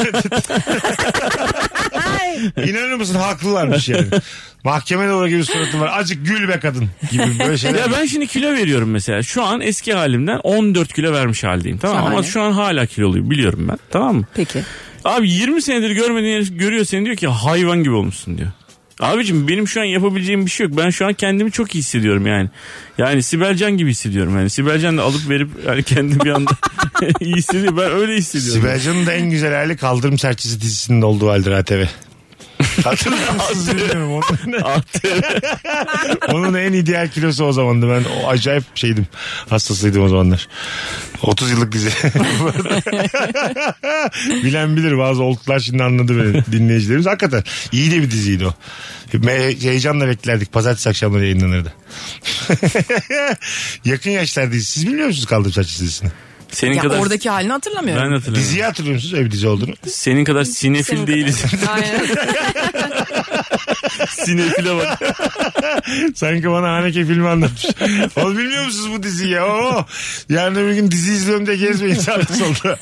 İnanır mısın, haklılarmış yani. Mahkemede olur gibi suratın var. Azıcık gül be kadın gibi böyle şeyler. Ya ben şimdi kilo veriyorum mesela. Şu an eski halimden 14 kilo vermiş haldeyim. Tamam mı? Ama Şahane. şu an hala kiloluyum, biliyorum ben. Tamam mı? Peki. Abi 20 senedir görmediğin herif görüyor seni, diyor ki hayvan gibi olmuşsun diyor. Abicim benim şu an yapabileceğim bir şey yok. Ben şu an kendimi çok iyi hissediyorum yani. Yani Sibelcan gibi hissediyorum yani. Sibelcan da alıp verip yani kendimi bir anda iyi hissediyor. Ben öyle hissediyorum. Sibelcan'ın da en güzel hali Kaldırım Serçesi dizisinin olduğu haldir ATV. Hatırlıyor musunuz bilmiyorum onu. Onun en ideal kilosu o zamandı. Ben o acayip şeydim. Hastasıydım o zamanlar. 30 yıllık dizi. Bilen bilir, bazı olduklar şimdi anladı beni dinleyicilerimiz. Hakikaten iyi de bir diziydi o. Heyecanla beklerdik. Pazartesi akşamları yayınlanırdı. Yakın yaşlardayız. Siz bilmiyor musunuz Kaldırım Serçesi dizisini? Senin Ya kadar oradaki halini hatırlamıyorum. ben hatırlamıyorum. Diziyi hatırlıyor musunuz? Öyle bir dizi olduğunu. Senin kadar sinefil değiliz. Aynen. Sinefile bak. Sanki bana Haneke filmi anlatmış. Oğlum bilmiyor musunuz bu diziyi ya? Yarın öbür gün dizi izliyorum diye gezmeyin sağda solda.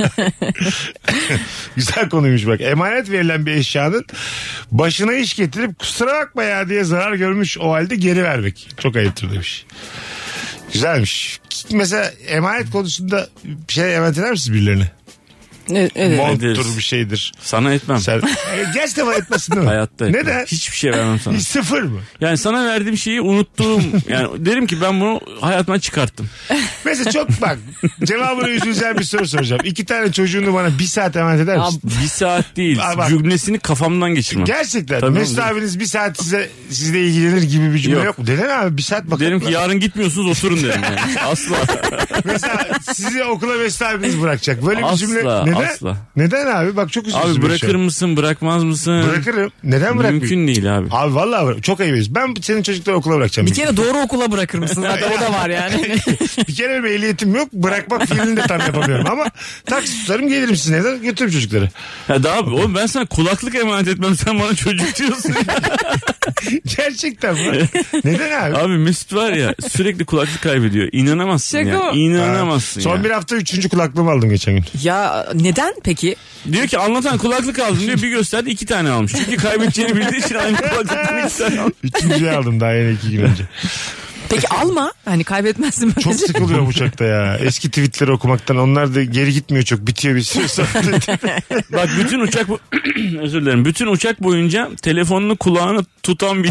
Güzel konuymuş bak. Emanet verilen bir eşyanın başına iş getirip kusura bakma ya diye zarar görmüş o halde geri vermek. Çok ayıptır demiş. Güzelmiş. Mesela emanet konusunda bir şey emanet eder misiniz birilerine? Evet. Monttur, ederiz. bir şeydir. Sana etmem. Sen, gerçekten etmesin değil mi? Hayatta etmem. Neden? Hiçbir şey vermem sana. Hiç sıfır mı? Yani sana verdiğim şeyi unuttuğum, yani derim ki ben bunu hayatımdan çıkarttım. Mesela çok bak, cevabını üzüleceğim bir soru soracağım. 2 tane çocuğunu bana 1 saat emanet eder misin? Bir saat değil. Aa, bak. Cümlesini kafamdan geçirmem. Gerçekten. Tabii Mesut oğlum. abiniz 1 saat sizle ilgilenir gibi bir cümle yok, Yok. mu? Neden abi 1 saat bakın. Derim ki yarın gitmiyorsunuz, oturun derim yani. Asla. Mesela sizi okula Mesut abiniz bırakacak. Böyle bir Asla, cümle. Neden? asla. Neden abi? Bak çok üzüldüm. Abi bırakır mısın, bırakmaz mısın? Bırakırım. Neden bırakmayayım? Mümkün değil abi. Abi vallahi çok ayıbız. Ben senin çocukları okula bırakacağım. Bir kere doğru okula bırakır mısın? Zaten o da var yani. Bir kere benim ehliyetim yok. Bırakmak fiilini de tam yapamıyorum. Ama taksi tutarım, gelirim sizin evden, götürürüm çocukları. Ya daha oğlum ben sana kulaklık emanet etmem, sen bana çocuk diyorsun. Gerçekten mi? Neden abi? Abi Mesut var ya, sürekli kulaklık kaybediyor. İnanamazsın Şaka ya. mı? İnanamazsın Son ya. bir hafta 3. kulaklığımı aldım geçen gün. Ya neden peki? Diyor ki anlatan kulaklık aldım diyor, bir gösterdi 2 tane almış. Çünkü kaybedeceğini bildiği için aynı kulaklıktan 2 tane almış. 3.'yi aldım daha yeni 2 gün önce. Peki alma. Hani kaybetmezsin böylece. Çok sıkılıyorum uçakta ya. Eski tweetleri okumaktan. Onlar da geri gitmiyor çok. Bitiyor bir süre sonra. Bak bütün uçak özür dilerim. Bütün uçak boyunca telefonunu kulağına tutan bir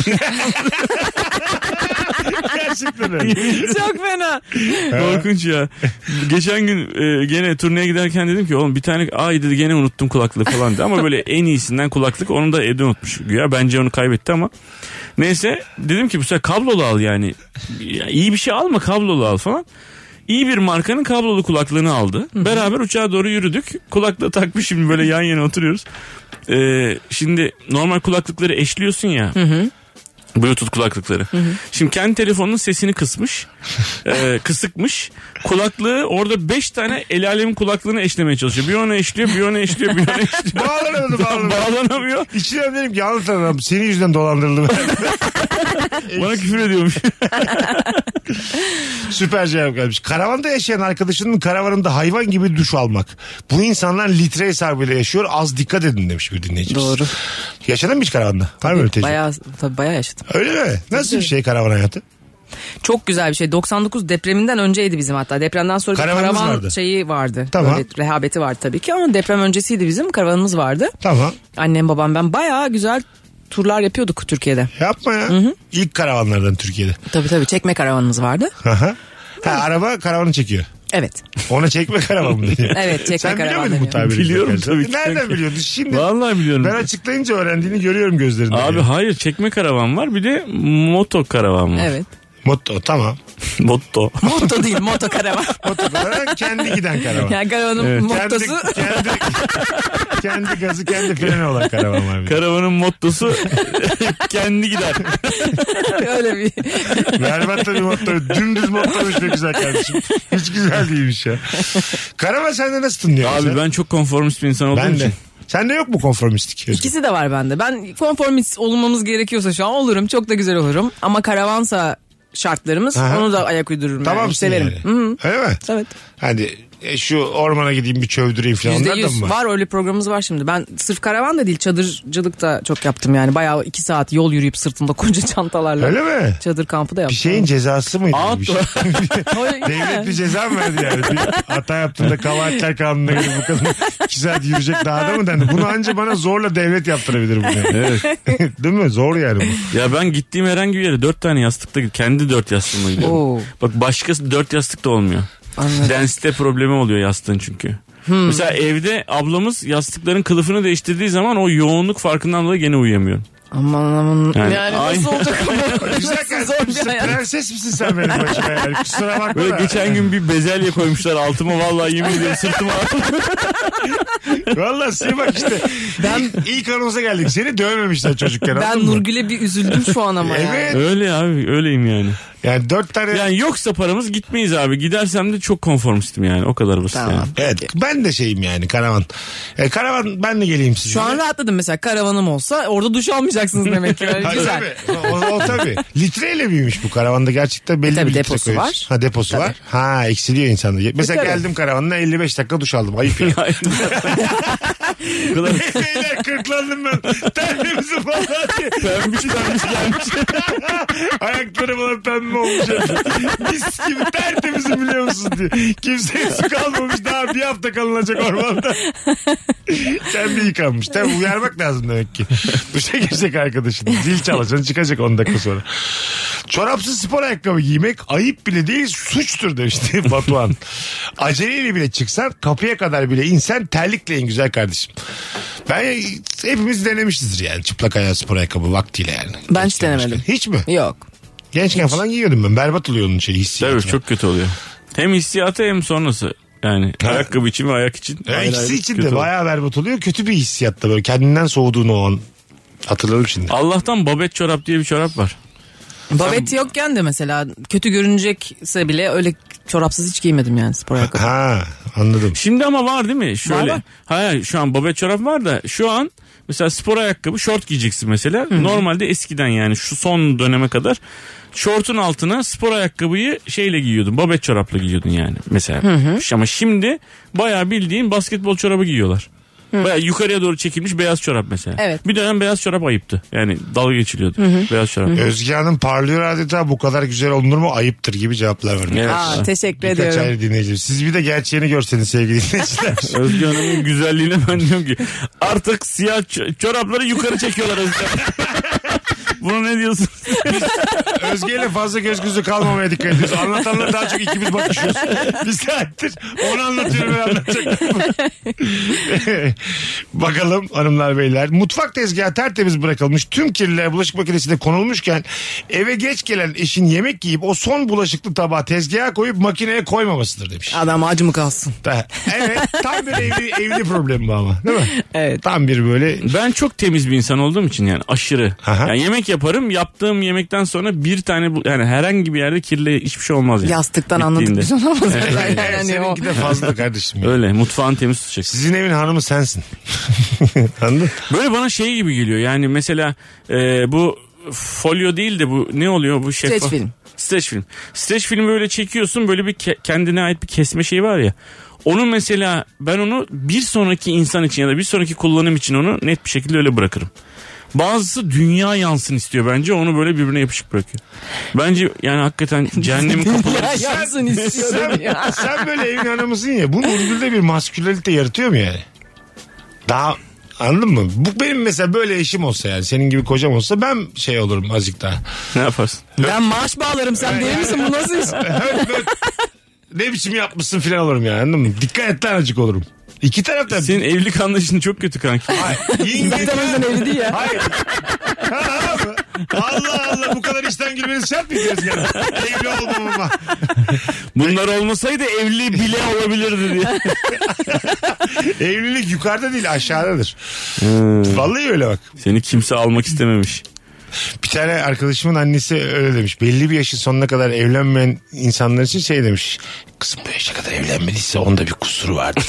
Gerçekten öyle. Çok fena. korkunç ya. Geçen gün gene turneye giderken dedim ki oğlum bir tane dedi gene unuttum kulaklığı falan dedi. Ama böyle en iyisinden kulaklık, onu da evde unutmuş güya. Bence onu kaybetti ama. Neyse dedim ki bu sefer kablolu al yani. Ya, iyi bir şey alma, kablolu al falan. İyi bir markanın kablolu kulaklığını aldı. Beraber uçağa doğru yürüdük. Kulaklığı takmış, şimdi böyle yan yana oturuyoruz. Şimdi normal kulaklıkları eşliyorsun ya. Bluetooth kulaklıkları. Şimdi kendi telefonunun sesini kısmış. Kısıkmış. Kulaklığı orada 5 tane el alemin kulaklığını eşlemeye çalışıyor. Bir ona eşliyor, bir ona eşliyor, bir ona eşliyor. Bağlanamıyor. İçinden dedim ki yanlış adam senin yüzünden dolandırıldım. Bana küfür ediyormuş. Süper cevap gelmiş. Karavanda yaşayan arkadaşının karavanında hayvan gibi duş almak. Bu insanlar litre hesabıyla yaşıyor. Az dikkat edin demiş bir dinleyicimiz. Doğru. Yaşadın mı hiç karavanda? Var mı öyle tecrübe? Bayağı yaşadım. Öyle mi? Nasıl bir şey karavan hayatı? Çok güzel bir şey. 99 depreminden önceydi bizim hatta. Depremden sonra Karavanımız karavan vardı. Şeyi vardı. Tamam. Böyle rehabeti vardı tabii ki ama deprem öncesiydi bizim. Karavanımız vardı. Tamam. Annem babam ben bayağı güzel turlar yapıyorduk Türkiye'de. Yapma ya. İlk karavanlardan Türkiye'de. Tabii çekme karavanımız vardı. Ha, araba karavanı çekiyor. Evet. Ona çekme karavan mı deniyor? Evet, çekme Sen karavan biliyor muydun bu deniyor. tabiri? Biliyorum tabii ki. Nereden biliyordun şimdi? Vallahi biliyorum. Ben açıklayınca öğrendiğini görüyorum gözlerinden. Abi hayır, çekme karavan var, bir de moto karavan var. Evet. Motto tamam. Motto. Motto değil, moto karavan. Motto karavan kendi giden karavan. Yani karavanın mottosu. Kendi gazı kendi freni olan karavan var. Karavanın mottosu kendi gider. Öyle bir. Berbat da bir motto. Dümdüz mottomuş be güzel kardeşim. Hiç güzel değilmiş ya. Karavan sende nasıl tınlıyor? Abi ben çok konformist bir insan olduğum Ben için. de. Sende yok mu konformistik? Özgür? İkisi de var bende. Ben konformist olmamız gerekiyorsa şu an olurum. Çok da güzel olurum. Ama karavansa şartlarımız onu da ayak uydururum. Tamam yani. Severim. yani. Hı-hı. Öyle mi? Evet. Hadi şu ormana gideyim bir çövdüreyim falan. Onlar da %100 mı var öyle programımız var şimdi. Ben sırf karavan da değil çadırcılık da çok yaptım yani. Bayağı 2 saat yol yürüyüp sırtımda koca çantalarla. Öyle mi? Çadır kampı da yaptım. Bir şeyin cezası mıydı? Aa, Bir şey? Devlet bir ceza mı verdi yani? Bir hata yaptığında kabahatler kanununa göre bu kadın 2 saat yürüyecek daha da mı dendi? Bunu anca bana zorla devlet yaptırabilir bunu. Evet. Değil mi? Zor yani bu. Ya ben gittiğim herhangi bir yere 4 tane yastıkta kendi 4 yastığımla gidiyorum. Oo. Bak başkası 4 yastık da olmuyor. Anladım. Densite problemi oluyor yastığın çünkü. Mesela evde ablamız yastıkların kılıfını değiştirdiği zaman o yoğunluk farkından dolayı gene uyuyamıyorum. Aman Yani yani aynı. nasıl olacak ama? Güzel Zor kardeşim. bir hayat. Prenses misin sen benim başıma yani? Kusura bakma Böyle da. geçen gün bir bezelye koymuşlar altıma, vallahi yemin ederim sırtıma. Vallahi size bak işte. İlk anonsa geldik. Seni dövmemişler çocukken. Ben anladın mı? Nurgül'e bir üzüldüm şu an ama yani. Evet. Öyle abi, öyleyim yani. Yani 4 tane. Yani yoksa paramız gitmeyiz abi. Gidersem de çok konformistim yani. O kadar basit Tamam. yani. Evet ben de şeyim yani karavan. Karavan ben de geleyim size. Şu an rahatladım mesela karavanım olsa orada duş almayacaksınız demek ki. Öyle Hayır, güzel. tabii. O tabii. Litreyle büyümüş bu karavanda gerçekten belli Tabii bir litre deposu koyuyorsun. var. Ha deposu Tabii. var. Ha eksiliyor insanda. Mesela Tabii. geldim karavanına 55 dakika duş aldım. Ayıp ya. O kadar Beyler kırklandım ben. Tertemizi falan diye. pembiş gelmiş. Ayakları bana pembe olmuş. Mis gibi tertemizim biliyor musun diye. Kimseye su kalmamış daha bir hafta kalınacak ormanda. Kendi yıkanmış. Tabii uyarmak lazım demek ki. Duşa girecek arkadaşın. Zil çalacaksın çıkacak 10 dakika sonra. Çorapsız spor ayakkabı giymek ayıp bile değil suçtur demişti Batuhan. Aceleyle bile çıksan kapıya kadar bile insen terlikle en güzel kardeşim. Ben hepimiz denemişizdir yani çıplak ayağı spor ayakkabı vaktiyle yani. Ben hiç denemedim. Hiç mi? Yok. Gençken falan giyiyordum ben. Berbat oluyor onun şeyi hissiyatı. Tabii çok kötü oluyor. Hem hissiyatı hem sonrası. Yani ayakkabı için ve ayak için. ayrı İkisi ayrı için kötü de oluyor. bayağı berbat oluyor. Kötü bir hissiyatta böyle kendinden soğuduğunu o an. Hatırladım şimdi. Allah'tan babet çorap diye bir çorap var. Babet yokken de mesela kötü görünecekse bile öyle çorapsız hiç giymedim yani spor ayakkabı. Ha anladım. Şimdi ama var değil mi? Şöyle. Var. Hayır şu an babet çorap var da şu an mesela spor ayakkabı şort giyeceksin mesela. Normalde eskiden yani şu son döneme kadar şortun altına spor ayakkabıyı şeyle giyiyordun. Babet çorapla giyiyordun yani mesela. Ama şimdi bayağı bildiğin basketbol çorabı giyiyorlar. Bayağı yukarıya doğru çekilmiş beyaz çorap mesela. Evet. Bir dönem beyaz çorap ayıptı. Yani dalga geçiliyordu. Beyaz çorap. Özge Hanım parlıyor adeta bu kadar güzel olunur mu ayıptır gibi cevaplar vermiş. Evet. Aa, teşekkür Birkaç ediyorum. ayrı dinleyici. Siz bir de gerçeğini görseniz sevgili dinleyiciler. Özge Hanım'ın güzelliğine ben diyorum ki artık siyah çorapları yukarı çekiyorlar Özge Hanım. Bunu ne diyorsun? Özge ile fazla göz gözü kalmamaya dikkat ediyoruz. Anlatanlar daha çok ikimiz bakışıyoruz. Bir saattir onu anlatıyorum ben anlatacaktım. Bakalım hanımlar beyler. Mutfak tezgahı tertemiz bırakılmış. Tüm kirliler bulaşık makinesine konulmuşken eve geç gelen eşin yemek yiyip o son bulaşıklı tabağı tezgaha koyup makineye koymamasıdır demiş. Adam acı mı kalsın? Evet tam bir evli problem bu ama değil mi? Evet. Tam bir böyle Ben çok temiz bir insan olduğum için yani aşırı. Aha. Yani yemek yaparım. Yaptığım yemekten sonra bir tane yani herhangi bir yerde kirli hiçbir şey olmaz yani. Yastıktan Bittiğinde. anladık biz onu ama. Yani o. Seninki de fazla kardeşim. Ya. Öyle mutfağın temiz tutacak. Sizin evin hanımı sensin. Anladın? Böyle bana şey gibi geliyor yani mesela bu folyo değil de bu ne oluyor bu şeffaf. Streç film. Streç film. Streç filmi böyle çekiyorsun böyle bir kendine ait bir kesme şeyi var ya. Onu mesela ben onu bir sonraki insan için ya da bir sonraki kullanım için onu net bir şekilde öyle bırakırım. Bazısı dünya yansın istiyor bence onu böyle birbirine yapışık bırakıyor. Bence yani hakikaten cehennemin kapıları. Ya yansın istiyorum ya. Sen böyle evin hanımısın ya. Bu Nurgül'de bir maskülenite yaratıyor mu yani? Daha anladın mı? Bu benim mesela böyle eşim olsa yani senin gibi kocam olsa ben şey olurum azıcık daha. Ne yaparsın? Ben maaş bağlarım sen değil misin bu nasıl iş? Ne biçim yapmışsın filan olurum yani anladın mı? Dikkat et lan azıcık olurum. İki taraftan. Senin evlilik anlayışın çok kötü kanki. Zaten o yüzden evli değil ya. Hayır. Ha, abi. Allah Allah bu kadar işten gülmeniz şart mı diyoruz yani? Evli olmamama. Bunlar olmasaydı evli bile olabilirdi diye. Evlilik yukarıda değil aşağıdadır. Vallahi öyle bak. Seni kimse almak istememiş. Bir tane arkadaşımın annesi öyle demiş. Belli bir yaşın sonuna kadar evlenmeyen insanlar için şey demiş. Kızım bu yaşa kadar evlenmediyse onda bir kusuru vardır.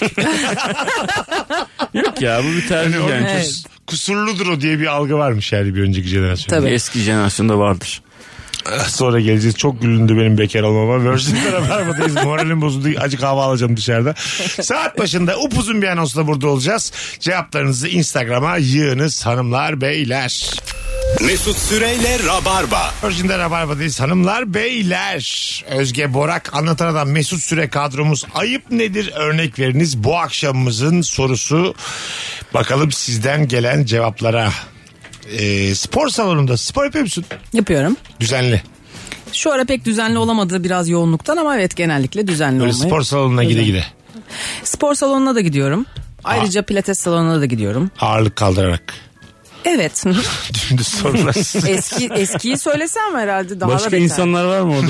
Yok ya bu bir tercih Yani yani. Evet. Kusurludur o diye bir algı varmış yani bir önceki jenerasyonda. Tabii. Eski jenerasyonda vardır. Sonra geleceğiz. Çok gülündü benim bekar olmama. Virgin'de Rabarba'dayız. Moralim bozuldu. Acık hava alacağım dışarıda. Saat başında upuzun bir anonsla burada olacağız. Cevaplarınızı Instagram'a yığınız hanımlar beyler. Mesut Süreyle Rabarba. Virgin'de Rabarba'dayız hanımlar beyler. Özge Borak Anlatan Adam Mesut Süre kadromuz. Ayıp nedir örnek veriniz. Bu akşamımızın sorusu. Bakalım sizden gelen cevaplara. Spor salonunda spor yapıyor musun? Yapıyorum. Düzenli. Şu ara pek düzenli olamadı biraz yoğunluktan ama evet genellikle düzenli Böyle olmayı. spor salonuna gide gide. Spor salonuna da gidiyorum. Ayrıca pilates salonuna da gidiyorum. Ağırlık kaldırarak. Evet. Dümdüz sorular. Eskiyi söylesem herhalde daha da Başka beter. insanlar var mı orada?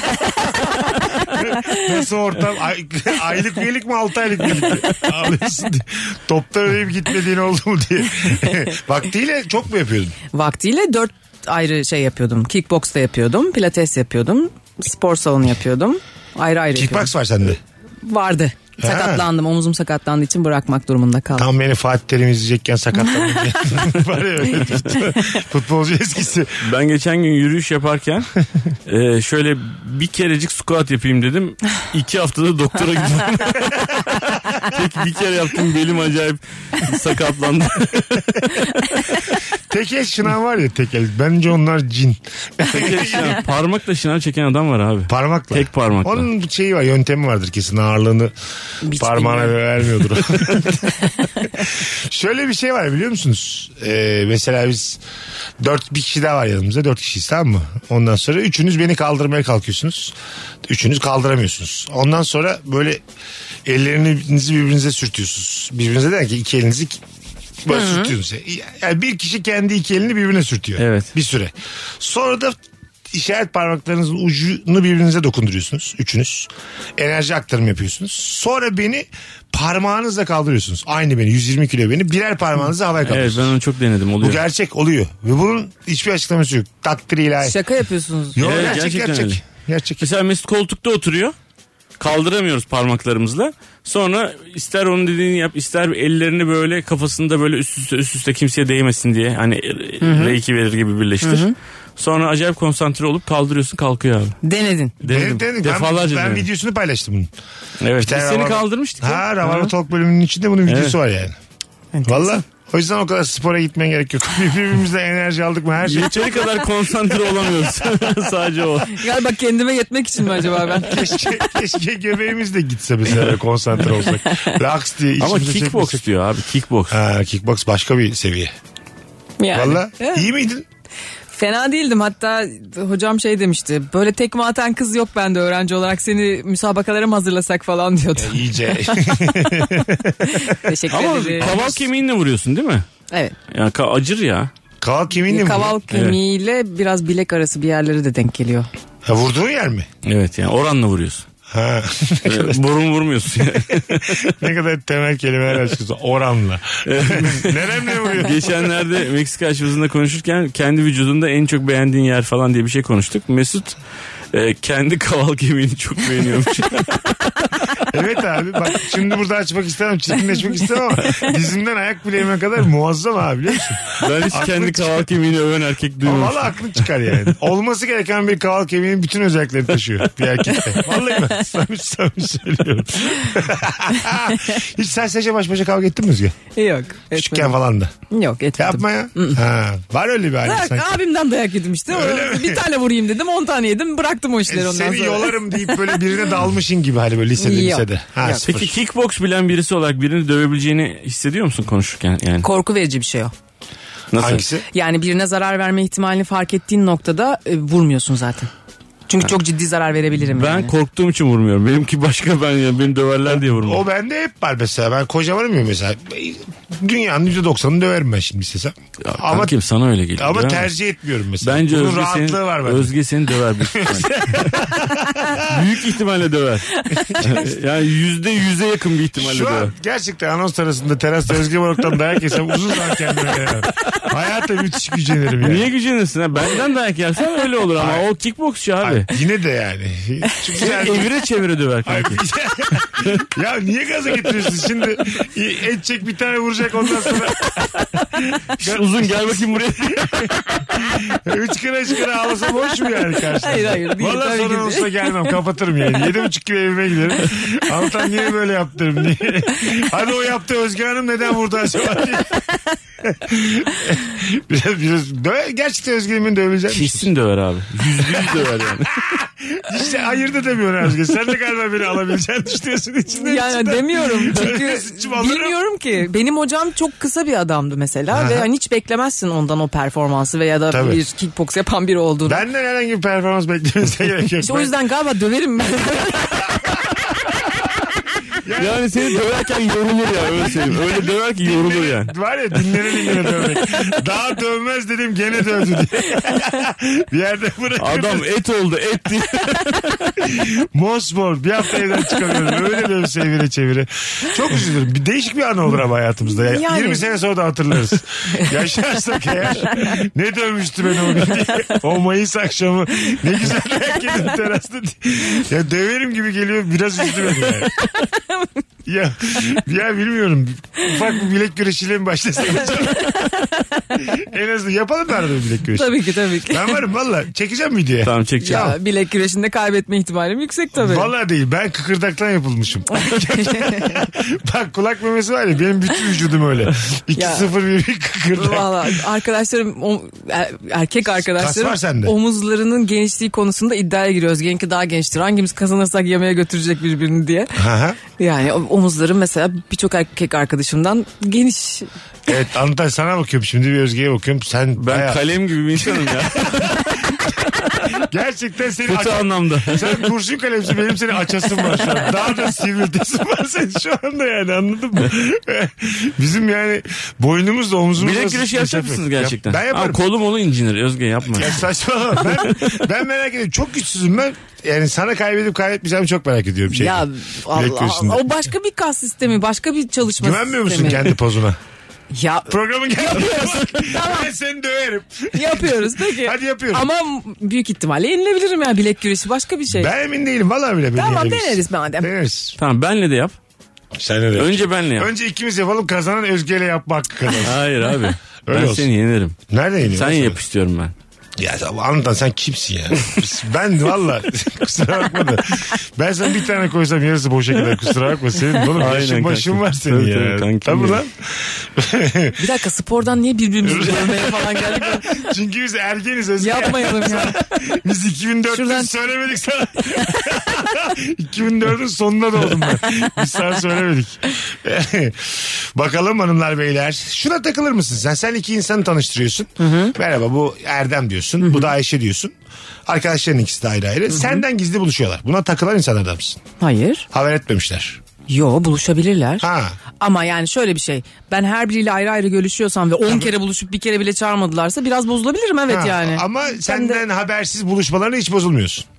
Nasıl ortam? Aylık üyelik mi 6 aylık üyelik mi? Ağlıyorsun diye. Toptan ödeyip gitmediğin oldu mu diye. Vaktiyle çok mu yapıyordun? Vaktiyle 4 ayrı şey yapıyordum. Kickbox da yapıyordum. Pilates yapıyordum. Spor salonu yapıyordum. Ayrı ayrı yapıyordum. Kickbox var sende. Vardı. Sakatlandım. Omuzum sakatlandığı için bırakmak durumunda kaldım. Tam beni Fatih Terim izleyecekken sakatlandım. Var ya öyle. Futbolcu eskisi. Ben geçen gün yürüyüş yaparken şöyle bir kerecik squat yapayım dedim. 2 haftada doktora gidiyorum. Tek bir kere yaptım belim acayip sakatlandı. Tekel şınav var ya tekel. Bence onlar cin. Parmakla şınav çeken adam var abi. Parmakla. Tek parmakla. Onun şeyi var yöntemi vardır kesin ağırlığını parmağına vermiyordur. Şöyle bir şey var biliyor musunuz? Mesela biz bir kişi daha var yanımızda 4 kişiyiz tamam mı? Ondan sonra üçünüz beni kaldırmaya kalkıyorsunuz. Üçünüz kaldıramıyorsunuz. Ondan sonra böyle ellerinizi birbirinize sürtüyorsunuz. Birbirinize der ki iki elinizi böyle sürtüyorsunuz. Yani bir kişi kendi iki elini birbirine sürtüyor. Evet. Bir süre. Sonra da işaret parmaklarınızın ucunu birbirinize dokunduruyorsunuz. Üçünüz. Enerji aktarımı yapıyorsunuz. Sonra beni parmağınızla kaldırıyorsunuz. Aynı beni 120 kilo beni birer parmağınızla havaya Evet kaldırıyorsunuz. ben onu çok denedim Bu oluyor. gerçek oluyor. Ve bunun hiçbir açıklaması yok. Takdir ilahi. Şaka yapıyorsunuz. Yok Evet, gerçek gerçekten gerçek. öyle. Gerçek. Mesela Mesut koltukta oturuyor. Kaldıramıyoruz parmaklarımızla. Sonra ister onun dediğini yap ister ellerini böyle kafasında böyle üst üste kimseye değmesin diye hani R2 verir gibi birleştir. Sonra acayip konsantre olup kaldırıyorsun kalkıyor abi. Denedin. Denedim. Defalarca Ben denedim. videosunu paylaştım bunun. Evet. Bir tane Biz seni Rabarba- kaldırmıştık. ya. Ha Rabarba Talk bölümünün içinde bunun videosu var yani. Enteresan. Valla. O yüzden o kadar spora gitmeye gerek yok. Birbirimizle enerji aldık mı her şey. Yeteri kadar konsantre olamıyoruz. Sadece o. Galiba kendime yetmek için mi acaba ben? Keşke göbeğimiz de gitse mesela konsantre olsak. Raks diye Ama içimize kickbox çekmesek. diyor abi kickbox. Ha kickbox başka bir seviye. Yani. Valla Evet. iyi miydin? Fena değildim, hatta hocam şey demişti, böyle tekme atan kız yok bende öğrenci olarak, seni müsabakalara mı hazırlasak falan diyordu. İyice. Teşekkür Ama ederim. kaval kemiğinle vuruyorsun değil mi? Evet. Ya acır ya. Kaval kemiğinle mi? Kaval kemiğiyle biraz bilek arası bir yerlere de denk geliyor. Ha, vurduğun yer mi? Evet yani oranla vuruyorsun. Ha. Burun vurmuyorsun yani. Ne kadar temel kelimeler açıkçası. Oranla. Neremle vuruyor? Geçenlerde Meksika aşçısında konuşurken kendi vücudunda en çok beğendiğin yer falan diye bir şey konuştuk. Mesut kendi kaval kemiğini çok beğeniyormuş. Evet abi bak şimdi burada açmak istemem, çirkinleşmek istemem ama dizimden ayak bileğime kadar muazzam abi, biliyor musun? Ben hiç kendi kaval kemiğini öven erkek duymamıştım. Valla aklın çıkar yani. Olması gereken bir kaval kemiğinin bütün özelliklerini taşıyor bir erkekte. Vallahi ben samimi söylüyorum. Hiç sen Seçe baş başa kavga ettin mi Özge? Yok. Küçükken falan da. Yok etmedim. Yapma ya. Ha, var öyle bir hali sanki. Abimden dayak yedim işte. Bir tane vurayım dedim, 10 tane yedim, bıraktım o işleri ondan Seni sonra. yolarım deyip böyle birine dalmışın gibi hani böyle lisede Yok. lisede. Ha, Yok. Peki kickbox bilen birisi olarak birini dövebileceğini hissediyor musun konuşurken yani? Korku verici bir şey o. Nasıl? Hangisi? Yani birine zarar verme ihtimalini fark ettiğin noktada vurmuyorsun zaten. Çünkü çok ciddi zarar verebilirim Ben yani. korktuğum için vurmuyorum. Benimki başka, ben ya beni döverler diye vurmam. O bende hep var mesela. Ben kocamanım ya mesela. Dünyanın %90'ını döverim ben şimdi istesem. Ama Kankim sana öyle geliyor. ama değil mi? tercih etmiyorum mesela. Bence Bunun Özge rahatlığı var bende. Özge seni döver büyük ihtimalle. Büyük ihtimalle döver. Yani %100'e yakın bir ihtimalle Şu döver. an gerçekten anons arasında terasta Özge Barok'tan dayak yesem uzun zaman kendime gelemem. Hayata müthiş gücenirim yani. Niye gücenirsin ha? Benden dayak yersen öyle olur ama o kickboksçu abi. Ay, yine de yani. Çünkü Seni evire çevire döver Ay, kanki. ya niye gaza getiriyorsun şimdi? Edecek bir tane vuracak ondan sonra. Uzun gel bakayım buraya. Hıçkıra ağlasam hoş mu yani karşıda? Hayır, değil, Valla tabii sonra ki de. olsa gelmem, kapatırım yani. 7.30 gibi evime giderim. Anlatan niye böyle yaptırım diye. Hadi o yaptı Özge Hanım neden vurdu acaba diye. biraz gerçekten Özge Hanım'ın dövebileceğim. Kesin döver abi. %100 döver yani. İşte ayırt edemiyorsun Özge. Sen de galiba beni alabileceğini düşünüyorsun içinden. Yani içinden. demiyorum çünkü Mesut'cum alırım. bilmiyorum ki. Benim hocam çok kısa bir adamdı mesela. Aha. Ve hani hiç beklemezsin ondan o performansı veya da Tabii. bir kickbox yapan biri olduğunu. Benden herhangi bir performans beklemenize gerek yok. İşte o yüzden galiba döverim. Yani seni döverken yorulur ya, öyle söyleyeyim. Öyle döver ki yorulur yani. Var ya dinlene dövmek. Daha dövmez dedim gene dövdü diye. Bir yerde bırakırız. Adam et oldu, et diye. Mosmor bir hafta evden çıkamıyorum. Öyle dövse evine çevire. Çok üzülürüm. Bir değişik bir an olur ama hayatımızda. Yani. 20 sene sonra da hatırlarız. Yaşarsak eğer ne dövmüştü beni o gün diye. O Mayıs akşamı ne güzel dayak yedim terasta diye. Ya döverim gibi geliyor. Biraz üzdü beni yani. Ya bilmiyorum. Ufak bir bilek güreşiyle mi başlasam? En azından yapalım da arada bir bilek güreşi. Tabii ki. Ben varım valla. Çekeceğim videoya. Tamam çekeceğim. Ya bilek güreşinde kaybetme ihtimalim yüksek tabii. Valla değil. Ben kıkırdaktan yapılmışım. Bak kulak memesi var ya benim bütün vücudum öyle. 2-0 bir kıkırdak. Valla arkadaşlarım erkek arkadaşlarım Kas var sende. omuzlarının genişliği konusunda iddiaya giriyor. Özge'ninki daha gençtir. Hangimiz kazanırsak yemeğe götürecek birbirini diye. Aha. Yani omuzlarım mesela birçok erkek arkadaşımdan geniş. Evet Antalya sana bakıyorum şimdi bir Özge'ye bakıyorum. Sen Ben bayağı... kalem gibi bir insanım ya. Gerçekten seni Kötü anlamda. Sen kurşun kalemsin benim seni açasın var şu an. Daha da sivriltesin var senin şu anda yani anladın mı? Bizim yani boynumuz da omuzumuz da... Bilek güreşi yapacak mısınız gerçekten? Ben yaparım. Ama kolum onu incinir Özge, yapma. Ya saçmalama. Ben merak ediyorum. Çok güçsüzüm ben. Yani sana kaybedip kaybetmeyeceğimi çok merak ediyorum. Ya bilek güreşinde. o başka bir kas sistemi, başka bir çalışma Güvenmiyor musun sistemi. kendi pozuna? Ya Programın geldi. Ben seni döverim. yapıyoruz peki. Hadi yapıyorum. Ama büyük ihtimalle yenilebilirim ya, bilek güreşi başka bir şey. Ben emin değilim. Vallahi bile beni Tamam yenebilirsin. deneriz madem. Deneriz. Tamam benle de yap. Sen de. Önce benle yap. Önce ikimiz yapalım, kazanan Özge'yle yapma hakkı kazansın. Hayır abi. Öyle Ben olsun. seni yenerim. Nerede yeniyorsun? Sen yap istiyorum ben. Ya anlatan sen kimsin ya? Ben valla kusura bakma da. Ben sana bir tane koysam yarısı boşa gider, kusura bakma. Senin oğlum Aynen yaşın başın kankim. var senin Tabii, ya. tabii, kankim Tabii ya. lan. Bir dakika, spordan niye birbirimizi görmeye falan geldik? Çünkü biz ergeniz Özge. Yapmayalım ya. Biz 2004'te Şuradan- söylemedik sana. 2004'ün sonunda doğdum ben. Biz sana söylemedik. Bakalım hanımlar beyler. Şuna takılır mısın sen? Sen iki insanı tanıştırıyorsun. Merhaba bu Erdem diyorsun. Bu da Ayşe diyorsun. Arkadaşların ikisi de ayrı ayrı. Senden gizli buluşuyorlar. Buna takılan insanlardan mısın? Hayır. Haber etmemişler. Yo, buluşabilirler. Ha. Ama yani şöyle bir şey. Ben her biriyle ayrı ayrı görüşüyorsam ve 10 kere buluşup bir kere bile çağırmadılarsa biraz bozulabilirim, evet Ha, yani. Ama Ben de- senden habersiz buluşmalarına hiç bozulmuyorsun.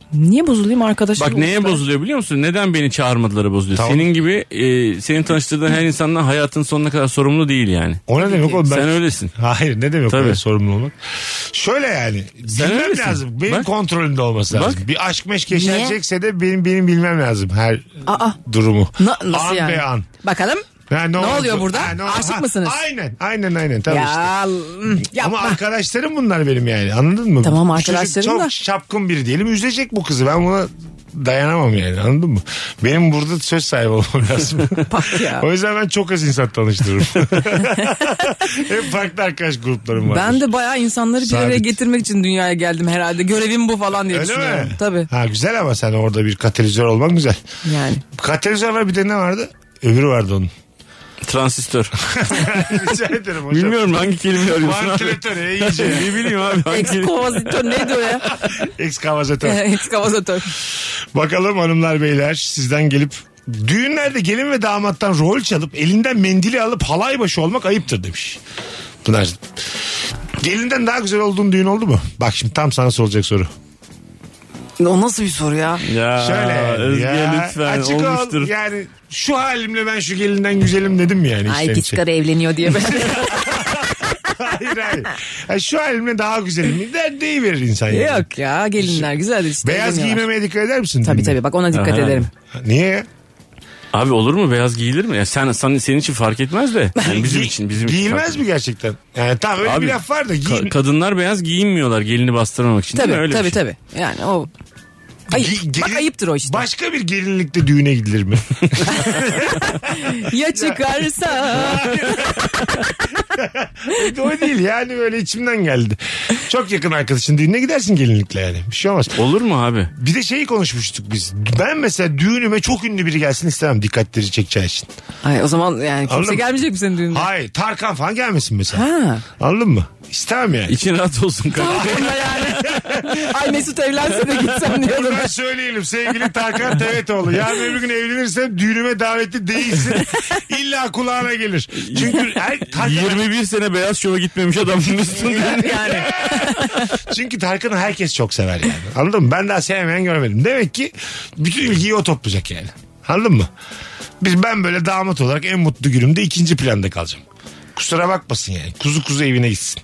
Niye bozulayım arkadaşım? Bak neye bozuluyor biliyor musun? Neden beni çağırmadıları bozuluyor. Tamam. Senin gibi senin tanıştırdığın her insandan hayatın sonuna kadar sorumlu değil yani. O ne demek oğlum? Sen öylesin. Hayır, ne demek Tabii. öyle sorumlu olmak? Şöyle yani. Sen Bilmem öylesin. lazım. Benim Bak. kontrolümde olması lazım. Bak. Bir aşk meşk yaşayacaksa da benim bilmem lazım her Aa. durumu. Nasıl an yani? be an. Bakalım. Ha, Ne oldu? oluyor burada? Ha, ne oldu? Aşık Ha, mısınız? Aynen. Tabii işte. Ya yapma. Ama arkadaşlarım bunlar benim yani, anladın mı? Tamam, Bu arkadaşlarım çocuk da. çok şapkın biri diyelim, üzecek bu kızı, ben buna dayanamam yani, anladın mı? Benim burada söz sahibi olmam lazım. Bak ya. O yüzden ben çok az insan tanıştırırım. Hep farklı arkadaş gruplarım var. Ben de bayağı insanları bir araya Sabit. getirmek için dünyaya geldim herhalde. Görevim bu falan diye Öyle düşünüyorum. mi? Tabii. Ha, güzel ama sen orada bir katalizör olman güzel. Yani. Katalizör var, bir de ne vardı? Öbürü vardı onun. Transistör. Rica ederim hocam. Bilmiyorum hangi kelimeyi arıyorsun abi. Vantilatör iyice. Ne bileyim abi. Hangi kelime? Ekskavazatör neydi o ya? Ekskavazatör. Ekskavazatör. Bakalım hanımlar beyler, sizden gelip düğünlerde gelin ve damattan rol çalıp elinden mendili alıp halay başı olmak ayıptır demiş Pınar. Gelinden daha güzel olduğun düğün oldu mu? Bak şimdi tam sana soracak soru. O nasıl bir soru ya? Ya Şöyle Özge ya, lütfen açık olmuştur. ol, yani şu halimle ben şu gelinden güzelim dedim mi yani? Ay içten pis içe? karı evleniyor diye ben. Hayır. Yani şu halimle daha güzelim deyiverir insan yani. Yok ya gelinler güzel işte. Beyaz evleniyorlar. giymemeye dikkat eder misin? Tabii düğünde? tabii bak ona dikkat Aha. ederim. Niye ya? Abi olur mu, beyaz giyilir mi? Ya senin için fark etmez de. Yani bizim için fark Giyilmez etmez. mi gerçekten? Yani tamam, öyle Abi, bir laf var da kadınlar beyaz giyinmiyorlar gelini bastırmamak için. Tabii değil mi? Öyle bir tabii şey. tabii. Yani o ayıp. Bak ayıptır o işte. Başka bir gelinlikte düğüne gidilir mi? Ya çıkarsa. O değil yani, böyle içimden geldi. Çok yakın arkadaşın düğününe gidersin gelinlikle yani. Bir şey olmaz. Olur mu abi? Bir de şeyi konuşmuştuk biz. Ben mesela düğünüme çok ünlü biri gelsin istemem, dikkatleri çekeceği için. Ay o zaman yani kimse Anladın mı? gelmeyecek mi senin düğününe? Hayır, Tarkan falan gelmesin mesela. Ha. Anladın mı? İstemem yani. İçin rahat olsun kardeşim. Ama yani. Ay Mesut evlensin de gitsem diyordum. Buradan söyleyelim sevgili Tarkan Tevetoğlu. Yarın öbür gün evlenirsem düğünüme davetli değilsin. İlla kulağına gelir. Çünkü Tarkan... 21 sene beyaz şova gitmemiş adam Mesut'un Yani. Çünkü Tarkan'ı herkes çok sever yani. Anladın mı? Ben daha sevmeyen görmedim. Demek ki bütün ilgiyi o toplayacak yani. Anladın mı? Ben böyle damat olarak en mutlu günümde ikinci planda kalacağım. Kusura bakmasın yani. Kuzu evine gitsin.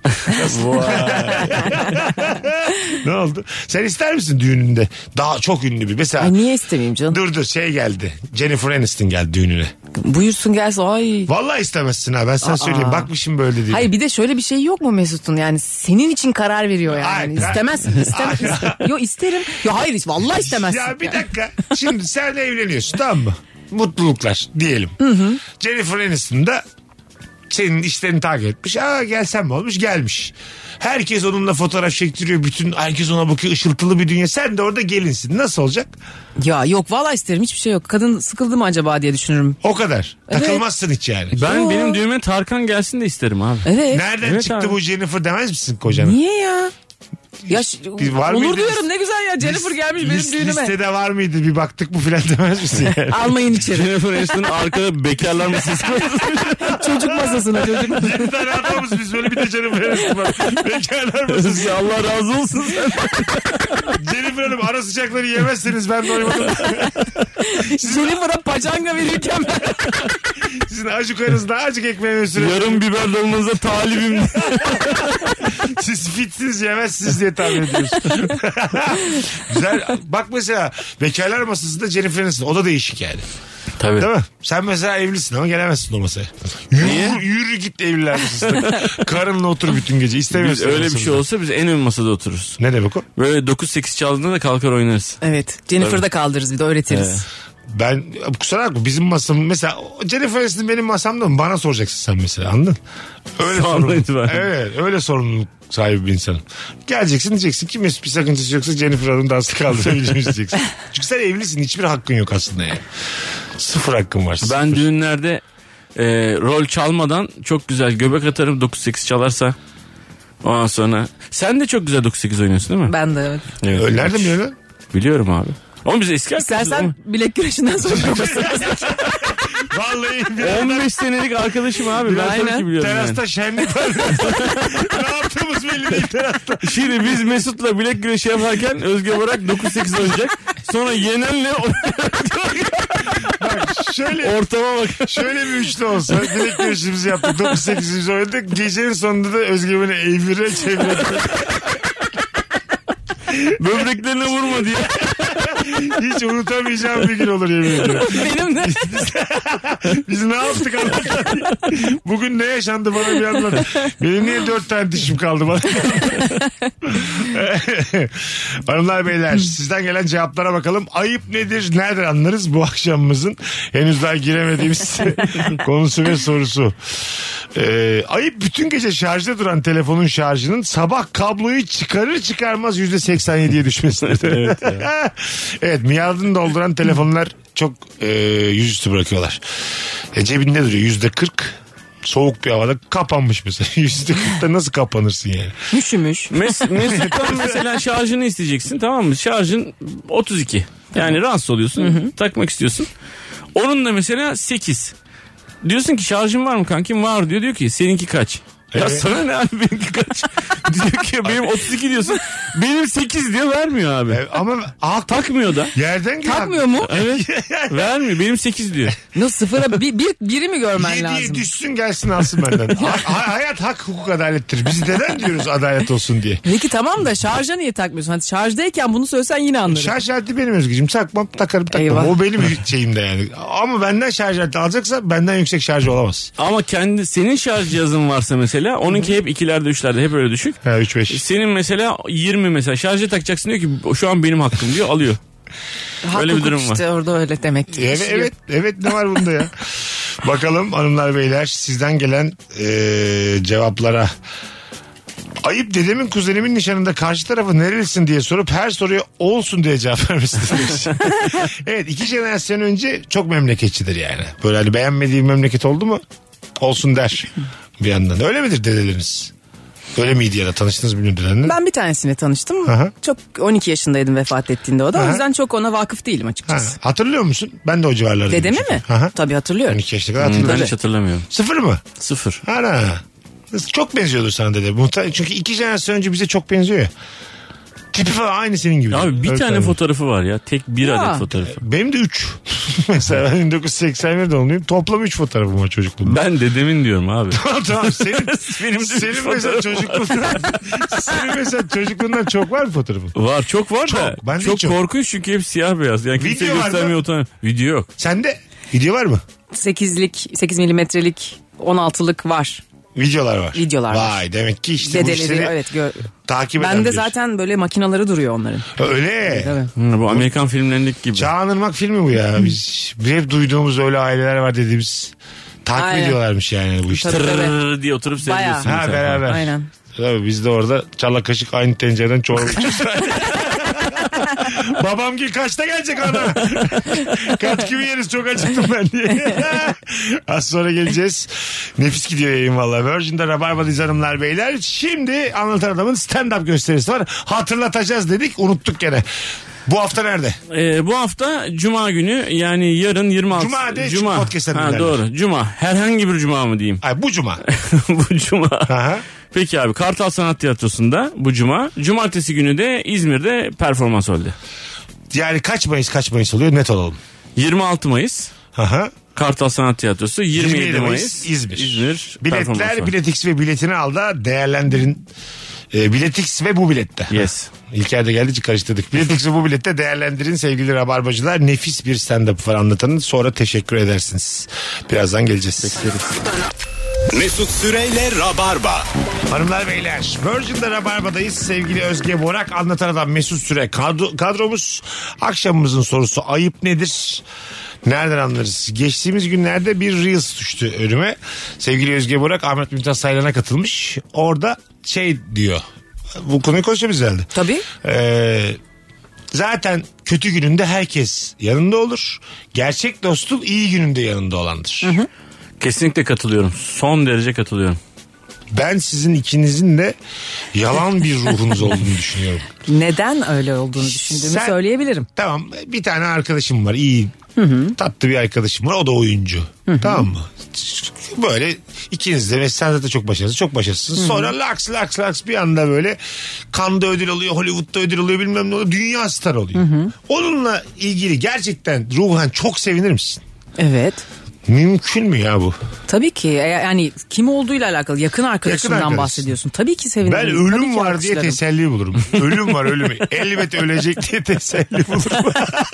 Ne oldu? Sen ister misin düğününde daha çok ünlü bir? Mesela Ay niye istemeyeyim canım? dur şey geldi. Jennifer Aniston geldi düğününe. Buyursun gelsin. Ay. Vallahi istemezsin ha, ben sana söyleyeyim. Bakmışım böyle değil. Hayır bir de şöyle bir şey yok mu Mesut'un? Yani senin için karar veriyor yani. Hayır. İstemezsin. Yok isterim. Ya hayır vallahi istemezsin. Ya bir dakika. Şimdi sen evleniyorsun, tamam mı? Mutluluklar diyelim. Jennifer Aniston da senin işlerini takip etmiş. Aa gelsen mi olmuş? Gelmiş. Herkes onunla fotoğraf çektiriyor. Herkes ona bakıyor. Işıltılı bir dünya. Sen de orada gelinsin. Nasıl olacak? Ya yok vallahi isterim, hiçbir şey yok. Kadın sıkıldı mı acaba diye düşünürüm. O kadar. Evet. Takılmazsın hiç yani. Benim düğüme Tarkan gelsin de isterim abi. Evet. Nereden Evet çıktı abi. bu Jennifer demez misin kocana? Niye ya? Ya var mıydı? onur duyuyorum, ne güzel ya. Jennifer gelmiş benim düğünüme. Listede var mıydı, bir baktık mı filan demez misin yani? Almayın içeri. Jennifer Aniston'un arkada bekarlar masası. Çocuk masasına çocuk masasına. Bir tane adamız biz, böyle bir de Jennifer Aniston var. Bekarlar mısınız? Özge Allah razı olsun sen. Jennifer Hanım, ara sıcakları yemezseniz ben doymadım. Jennifer'a pacanga verirken ben. Sizin acukarınızda acık ekmeğime sürüyorum. Yarım biber dolmanıza talibim. Siz fitsiniz, yemezsiniz diye tahmin ediyoruz. Güzel. Bak mesela bekarlar masasında Jennifer Aniston. O da değişik yani. Tabii. Değil mi? Sen mesela evlisin ama gelemezsin o masaya. Yürü git evliler masasında. Karınla otur bütün gece. Biz İstemiyorsun. öyle bir şey olsa biz en ön masada otururuz. Ne demek o? Böyle 9-8 çaldığında da kalkar oynarız. Evet. Jennifer'da kaldırırız bir de öğretiriz. Evet. Ben kusura bakma, bizim masam mesela Jennifer Aniston benim masamda mı? Bana soracaksın sen mesela, anladın? Öyle Sonra sorumluluk. itibaren. Evet, öyle sorumluluk sahibi bir insanım. Geleceksin, diyeceksin ki Mesut bir sakıncası yoksa Jennifer Hanım dansını kaldırabilir miyiz diyeceksin. Çünkü sen evlisin, hiçbir hakkın yok aslında yani. Sıfır hakkın var. Sıfır. Ben düğünlerde rol çalmadan çok güzel göbek atarım, 9-8 çalarsa. Ondan sonra sen de çok güzel 9-8 oynuyorsun değil mi? Ben de evet. Evet. Öyle nereden biliyorsun lan? Biliyorum abi. Ama biz eski arkadaşız. İstersen bilek güreşinden sonra Vallahi 15 senelik arkadaşım abi. Ben tabii ki biliyorum. terasta Yani. şenlik var. Ne yaptığımız belli değil terasta. Şimdi biz Mesut'la bilek güreşi yaparken Özge Borak 9-8 oynayacak. Sonra Yenen'le Şöyle ortama bak. şöyle bir üçlü olsa bilek güreşimizi yaptık. 9-8'imizi oynadık. Gecenin sonunda da Özge beni evire çevire. Böbreklerine vurma diye. Hiç unutamayacağım bir gün olur yemin ediyorum. Benim de. Biz ne yaptık anlatan? Bugün ne yaşandı bana bir anlat. Benim niye 4 tane dişim kaldı bana? Hanımlar beyler sizden gelen cevaplara bakalım. Ayıp nedir? Nereden anlarız? Bu akşamımızın henüz daha giremediğimiz konusu ve sorusu. Ayıp bütün gece şarjda duran telefonun şarjının sabah kabloyu çıkarır çıkarmaz %87'ye düşmesidir. Evet miadını dolduran telefonlar çok yüzüstü bırakıyorlar. Cebinde duruyor %40. Soğuk bir havada kapanmış mesela. %40'da nasıl kapanırsın yani? Üşümüş. Mesut'tan mesela şarjını isteyeceksin, tamam mı? Şarjın 32. Yani rahatsız oluyorsun. Takmak istiyorsun. Onun da mesela 8. Diyorsun ki şarjın var mı kankim? Var diyor. Diyor ki seninki kaç? Ya Evet. sana ne abi, benimki kaç? Diyor ki benim 32 diyorsun. Benim 8 diyor, vermiyor abi. Ama Takmıyor da. yerden gelen. Takmıyor mu? Evet. Vermiyor. Benim 8 diyor. Nasıl sıfıra biri mi görmen 7'ye lazım? düşsün gelsin alsın benden. Hayat hak hukuk adalettir. Biz neden diyoruz adalet olsun diye. Peki tamam da şarja niye takmıyorsun? Hani şarjdayken bunu söylesen yine anlarım. Şarj aleti benim Özgeciğim. Takmam takmam. Eyvah. O benim şeyimde yani. Ama benden şarj aleti alacaksa benden yüksek şarj olamaz. Ama senin şarj cihazın varsa mesela, onunki hep 2'lerde 3'lerde hep öyle düşük. Ha 3-5. Senin mesela 20 mesela şarja takacaksın, diyor ki şu an benim hakkım diyor, alıyor. Hak öyle bir hukuk durum var. işte orada öyle demek ki. Evet ne var bunda ya? Bakalım hanımlar beyler sizden gelen cevaplara. Ayıp dedemin kuzenimin nişanında karşı tarafı nerelisin diye sorup her soruya olsun diye cevap vermesi. Evet 2 jenerasyon önce çok memleketçidir yani. Böyle hani beğenmediği memleket oldu mu olsun der bir yandan. Öyle midir dedeleriniz? Öyle miydi ya da tanıştınız bilmiyorum dedenle? Ben bir tanesiyle tanıştım. Aha. Çok 12 yaşındaydım vefat ettiğinde o da. Aha. O yüzden çok ona vakıf değilim Ha, açıkçası. hatırlıyor musun? Ben de o civarlarda. Dedemi mi? Aha. Tabii hatırlıyorum. 12 yaşına kadar hatırlıyorum. Ben hiç hatırlamıyorum. 0 mı? 0. Ana. Çok benziyordur sana dede. Çünkü 2 jenerasyon önce bize çok benziyor ya. Tipi falan aynı senin gibi. Abi bir Öyle tane tabii. fotoğrafı var ya. Tek bir Ya. adet fotoğrafı. Benim de 3. Mesela ben 1981 doğumluyum. Toplam 3 fotoğrafım var çocukluğumda. Ben dedemin diyorum abi. Tamam senin, Benim de senin üç mesela fotoğrafım çocukluğundan senin mesela çocukluğundan çok var mı fotoğrafın? Var, çok var da. Çok, ben de Çok çok. korkunç çünkü hep siyah beyaz. Yani kimse Video var göstermiyor mı? utanıyor. Video yok. Sende video var mı? 8 milimetrelik 16'lık var. Videolar var. Videolar var. Vay demek ki işte bu Dedeleri işleri evet. takip eden Bende bir. zaten böyle makinaları duruyor onların. Öyle. Tabii. Bu Amerikan filmlerindeki gibi. Çağınırmak filmi bu ya. Biz hep duyduğumuz öyle aileler var dediğimiz. Takip Aynen. ediyorlarmış yani bu işte. Tabii. Tırrrr diye oturup seyrediyorsun. Ha mesela. beraber. Aynen. Tabii biz de orada çala kaşık aynı tencereden çorba içiyoruz. Babamgil kaçta gelecek ana? Kaç gibi yeriz çok acıktım ben diye. Az sonra geleceğiz. Nefis gidiyor yayın valla. Virgin'de Rabarba'dayız hanımlar beyler. Şimdi Anlatan Adam'ın stand-up gösterisi var. Hatırlatacağız dedik unuttuk gene. Bu hafta nerede? Bu hafta Cuma günü, yani yarın 26. Cuma de çünkü podcast'ten Ha, dinlerler. doğru. Cuma. Herhangi bir Cuma mı diyeyim? Ay bu cuma. Bu Cuma. Aha. Peki abi, Kartal Sanat Tiyatrosu'nda bu Cuma. Cumartesi günü de İzmir'de performans oldu. Yani kaç Mayıs oluyor net olalım. 26 Mayıs Aha. Kartal Sanat Tiyatrosu, 27 Mayıs İzmir. performans Biletler var. Biletix ve biletini al da değerlendirin. Biletix ve bu bilette. Yes. İlker de geldi için karıştırdık. Biletix ve bu bilette değerlendirin sevgili Rabarbacılar. Nefis bir stand-up var Anlatan'ın. Sonra teşekkür edersiniz. Birazdan geleceğiz. Mesut Süreyle Rabarba. Hanımlar beyler, Virgin'de Rabarba'dayız. Sevgili Özge Borak, Anlatan Adam Mesut Süre kadromuz. Akşamımızın sorusu ayıp nedir? Nereden anlarız? Geçtiğimiz günlerde bir Reels düştü önüme. Sevgili Özge Borak Ahmet Mümtaz Saylan'a katılmış. Orada şey diyor. Bu konuyu konuşabiliriz herhalde. Tabii. Zaten kötü gününde herkes yanında olur. Gerçek dostluk iyi gününde yanında olandır. Kesinlikle katılıyorum. Son derece katılıyorum. Ben sizin ikinizin de yalan bir ruhunuz olduğunu düşünüyorum. Neden öyle olduğunu düşündüğümü söyleyebilirim. Tamam, bir tane arkadaşım var, iyi tatlı bir arkadaşım var, o da oyuncu. Tamam mı? Böyle ikiniz de, sen zaten çok başarısız, çok başarısız. Sonra laks bir anda böyle Cannes'da ödül alıyor, Hollywood'da ödül alıyor, bilmem ne oluyor, dünya star oluyor. Onunla ilgili gerçekten ruhen çok sevinir misin? Evet. Mümkün mü ya bu? Tabii ki, yani kim olduğuyla alakalı, yakın arkadaşından bahsediyorsun. Tabii ki sevinirim. Ben ölüm var diye teselli bulurum. Ölüm var, ölüm. Elbet ölecek diye teselli bulurum.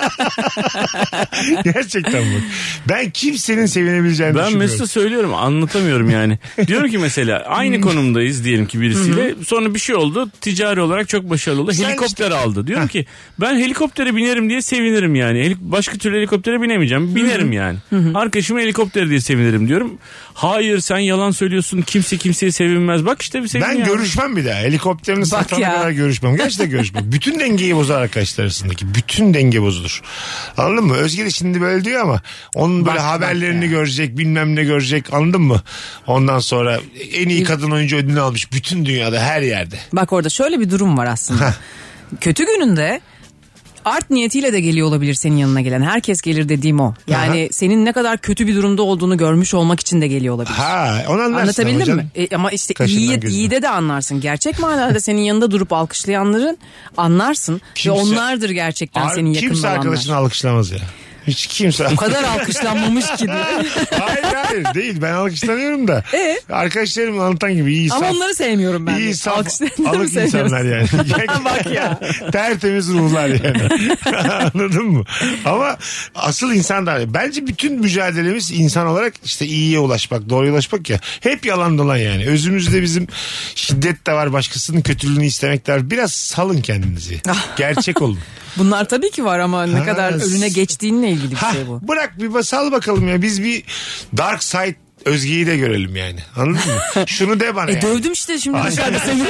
Gerçekten bak. Ben kimsenin sevinebileceğini düşünmüyorum. Ben Mesut'a söylüyorum, anlatamıyorum yani. Diyorum ki mesela aynı konumdayız diyelim ki birisiyle. Sonra bir şey oldu, ticari olarak çok başarılı oldu. Helikopter aldı. Diyorum ki ben helikoptere binerim diye sevinirim yani. Başka türlü helikoptere binemeyeceğim. Binerim yani. Arkadaşım helikopter diye sevinirim diyorum. Hayır, sen yalan söylüyorsun, kimse kimseye sevinmez. Bak işte bir sevin Ben ya. Görüşmem bir daha. Helikopterini satana kadar görüşmem. Gerçekten görüşmem. Bütün dengeyi bozar arkadaşlar arasındaki. Bütün denge bozulur. Anladın mı? Özge de şimdi böyle diyor ama onun böyle haberlerini görecek, bilmem ne görecek, anladın mı? Ondan sonra en iyi kadın oyuncu ödülünü almış bütün dünyada, her yerde. Bak orada şöyle bir durum var aslında. Kötü gününde art niyetiyle de geliyor olabilir senin yanına gelen. Herkes gelir dediğim o. Yani senin ne kadar kötü bir durumda olduğunu görmüş olmak için de geliyor olabilir. Onu anlarsın. Anlatabildim mi? Ama işte iyide de anlarsın. Gerçek manada senin yanında durup alkışlayanların anlarsın. Ve onlardır gerçekten senin yakın olanlar. Kimse arkadaşını alkışlamaz ya. Hiç kimse. O kadar alkışlanmamış ki diye. Hayır değil, ben alkışlanıyorum da. Arkadaşlarım anlatan gibi iyi ama onları sevmiyorum ben. İyi alık insanlar yani. Bak ya. Tertemiz ruhlar yani. Anladın mı? Ama asıl insan da, bence bütün mücadelemiz insan olarak işte iyiye ulaşmak, doğruya ulaşmak ya. Hep yalan dolan yani. Özümüzde bizim şiddet de var, başkasının kötülüğünü istemek de var. Biraz salın kendinizi. Gerçek olun. Bunlar tabii ki var ama ne kadar önüne geçtiğinle ilgili bir şey bu. Bırak bir sal bakalım ya. Biz bir dark side Özge'yi de görelim yani. Anladın mı? Şunu de bana yani. Dövdüm işte şimdi dışarıda seni.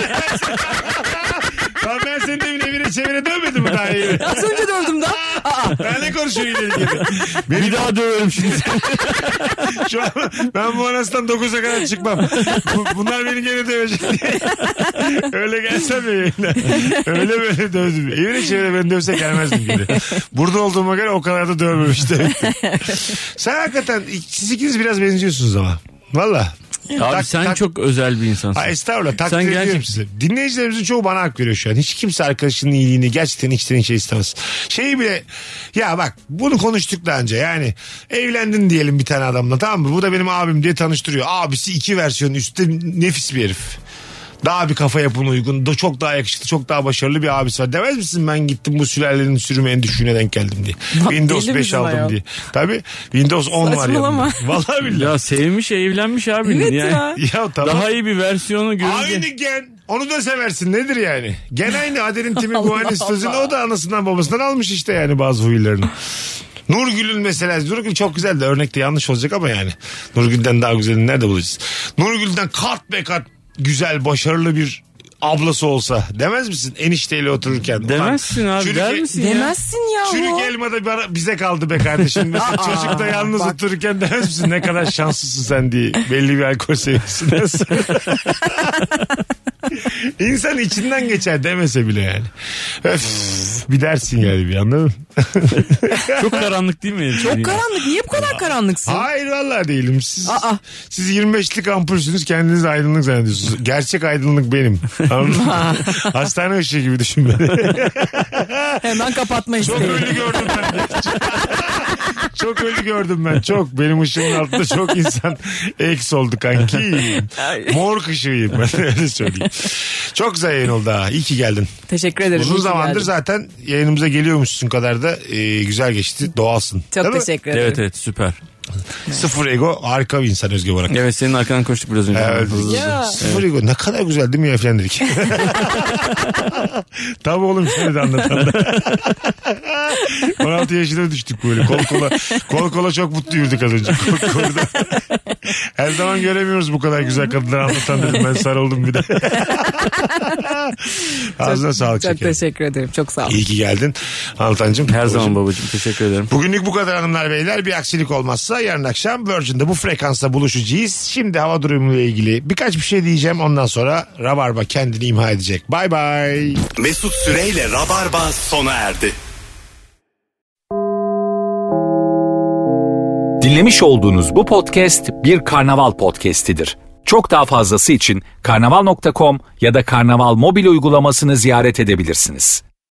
Ben senin evine çevire dövmedim mi daha iyi? Az önce dövdüm da. Ben ne konuşuyorum ileri geri? Bir daha döverim şimdi. Şu an ben bu anasından 9'a kadar çıkmam. Bunlar beni gene dövecek diye. Öyle gelsem ya yayına. Öyle böyle dövdüm. Evine çevire beni dövse gelmezdim geri. Burada olduğuma göre o kadar da dövmemiştim. Sen hakikaten siz ikiniz biraz benziyorsunuz ama. Valla. Abi sen çok özel bir insansın. Estağfurullah, takdir ediyorum sizi. Dinleyicilerimizin çoğu bana hak veriyor şu an. Hiç kimse arkadaşının iyiliğini gerçekten içten şey istemez. Şeyi bile, ya bak bunu konuştuk daha önce, yani evlendin diyelim bir tane adamla, tamam mı? Bu da benim abim diye tanıştırıyor. Abisi 2 versiyon üstte nefis bir herif. Daha bir kafa yapına uygun, çok daha yakışıklı, çok daha başarılı bir abisi var. Demez misin ben gittim bu sülalenin sürümü en düşüğüne denk geldim diye. Windows 5 aldım diye. Tabii Windows 10 var yanımda. Vallahi billahi. Ya sevmiş, evlenmiş abi. Evet yani. Ya tamam. Daha iyi bir versiyonu görünce. Aynı gen. Onu da seversin, nedir yani? Gen aynı, Ader'in timi Guanis sözünü o da anasından babasından almış işte yani bazı huylarını. Nurgül'ün mesela, Nurgül çok güzel de örnekte yanlış olacak ama yani. Nurgül'den daha güzelini nerede bulacağız? Nurgül'den kat be kat güzel, başarılı bir ablası olsa demez misin enişteyle otururken? Demezsin abi, der misin ya? Demezsin ya. Çürük elma da bize kaldı be kardeşim. Mesela çocuk da yalnız otururken demez misin ne kadar şanslısın sen diye, belli bir alkol seviyesinden sonra. İnsan içinden geçer demese bile yani. Öf, bir dersin yani, bir anladın mı? Çok karanlık değil mi? Çok karanlık. Niye bu kadar karanlıksın? Hayır vallahi değilim. Siz 25'lik ampulsünüz, kendiniz aydınlık zannediyorsunuz. Gerçek aydınlık benim. Anladın mı? Hastane ışığı gibi düşün beni. Hemen kapatma Çok isteği. ölü gördüm ben. Çok ölü gördüm ben. Çok. Benim ışığımın altında çok insan eks oldu kanki. Mor ışığıyım ben, öyle söyleyeyim. Çok güzel yayın oldu ha. İyi ki geldin. Teşekkür ederim. Uzun zamandır zaten yayınımıza geliyormuşsun kadar da güzel geçti. Doğalsın. Çok değil teşekkür ederim. Evet süper. Sıfır ego, harika bir insan Özge Barak. Evet, senin arkadan koştuk biraz önce. Evet. Sıfır ego ne kadar güzel değil mi ya falan dedik. Tabii oğlum, seni de anlatan da. 16 yaşına düştük böyle kol kola çok mutlu yürüdük az önce. Her zaman göremiyoruz bu kadar güzel kadınları anlatan dedim. Ben sarıldım bir de. Ağzına sağlık Çok şekerim. teşekkür ederim. Çok sağ ol. İyi ki geldin Anlatancığım. Her zaman babacığım, teşekkür ederim. Bugünlük bu kadar hanımlar beyler. Bir aksilik olmazsa yarın akşam Virgin'de bu frekansta buluşacağız. Şimdi hava durumuyla ilgili birkaç bir şey diyeceğim. Ondan sonra Rabarba kendini imha edecek. Bay bay. Mesut Süreyle Rabarba sona erdi. Dinlemiş olduğunuz bu podcast bir karnaval podcastidir. Çok daha fazlası için karnaval.com ya da karnaval mobil uygulamasını ziyaret edebilirsiniz.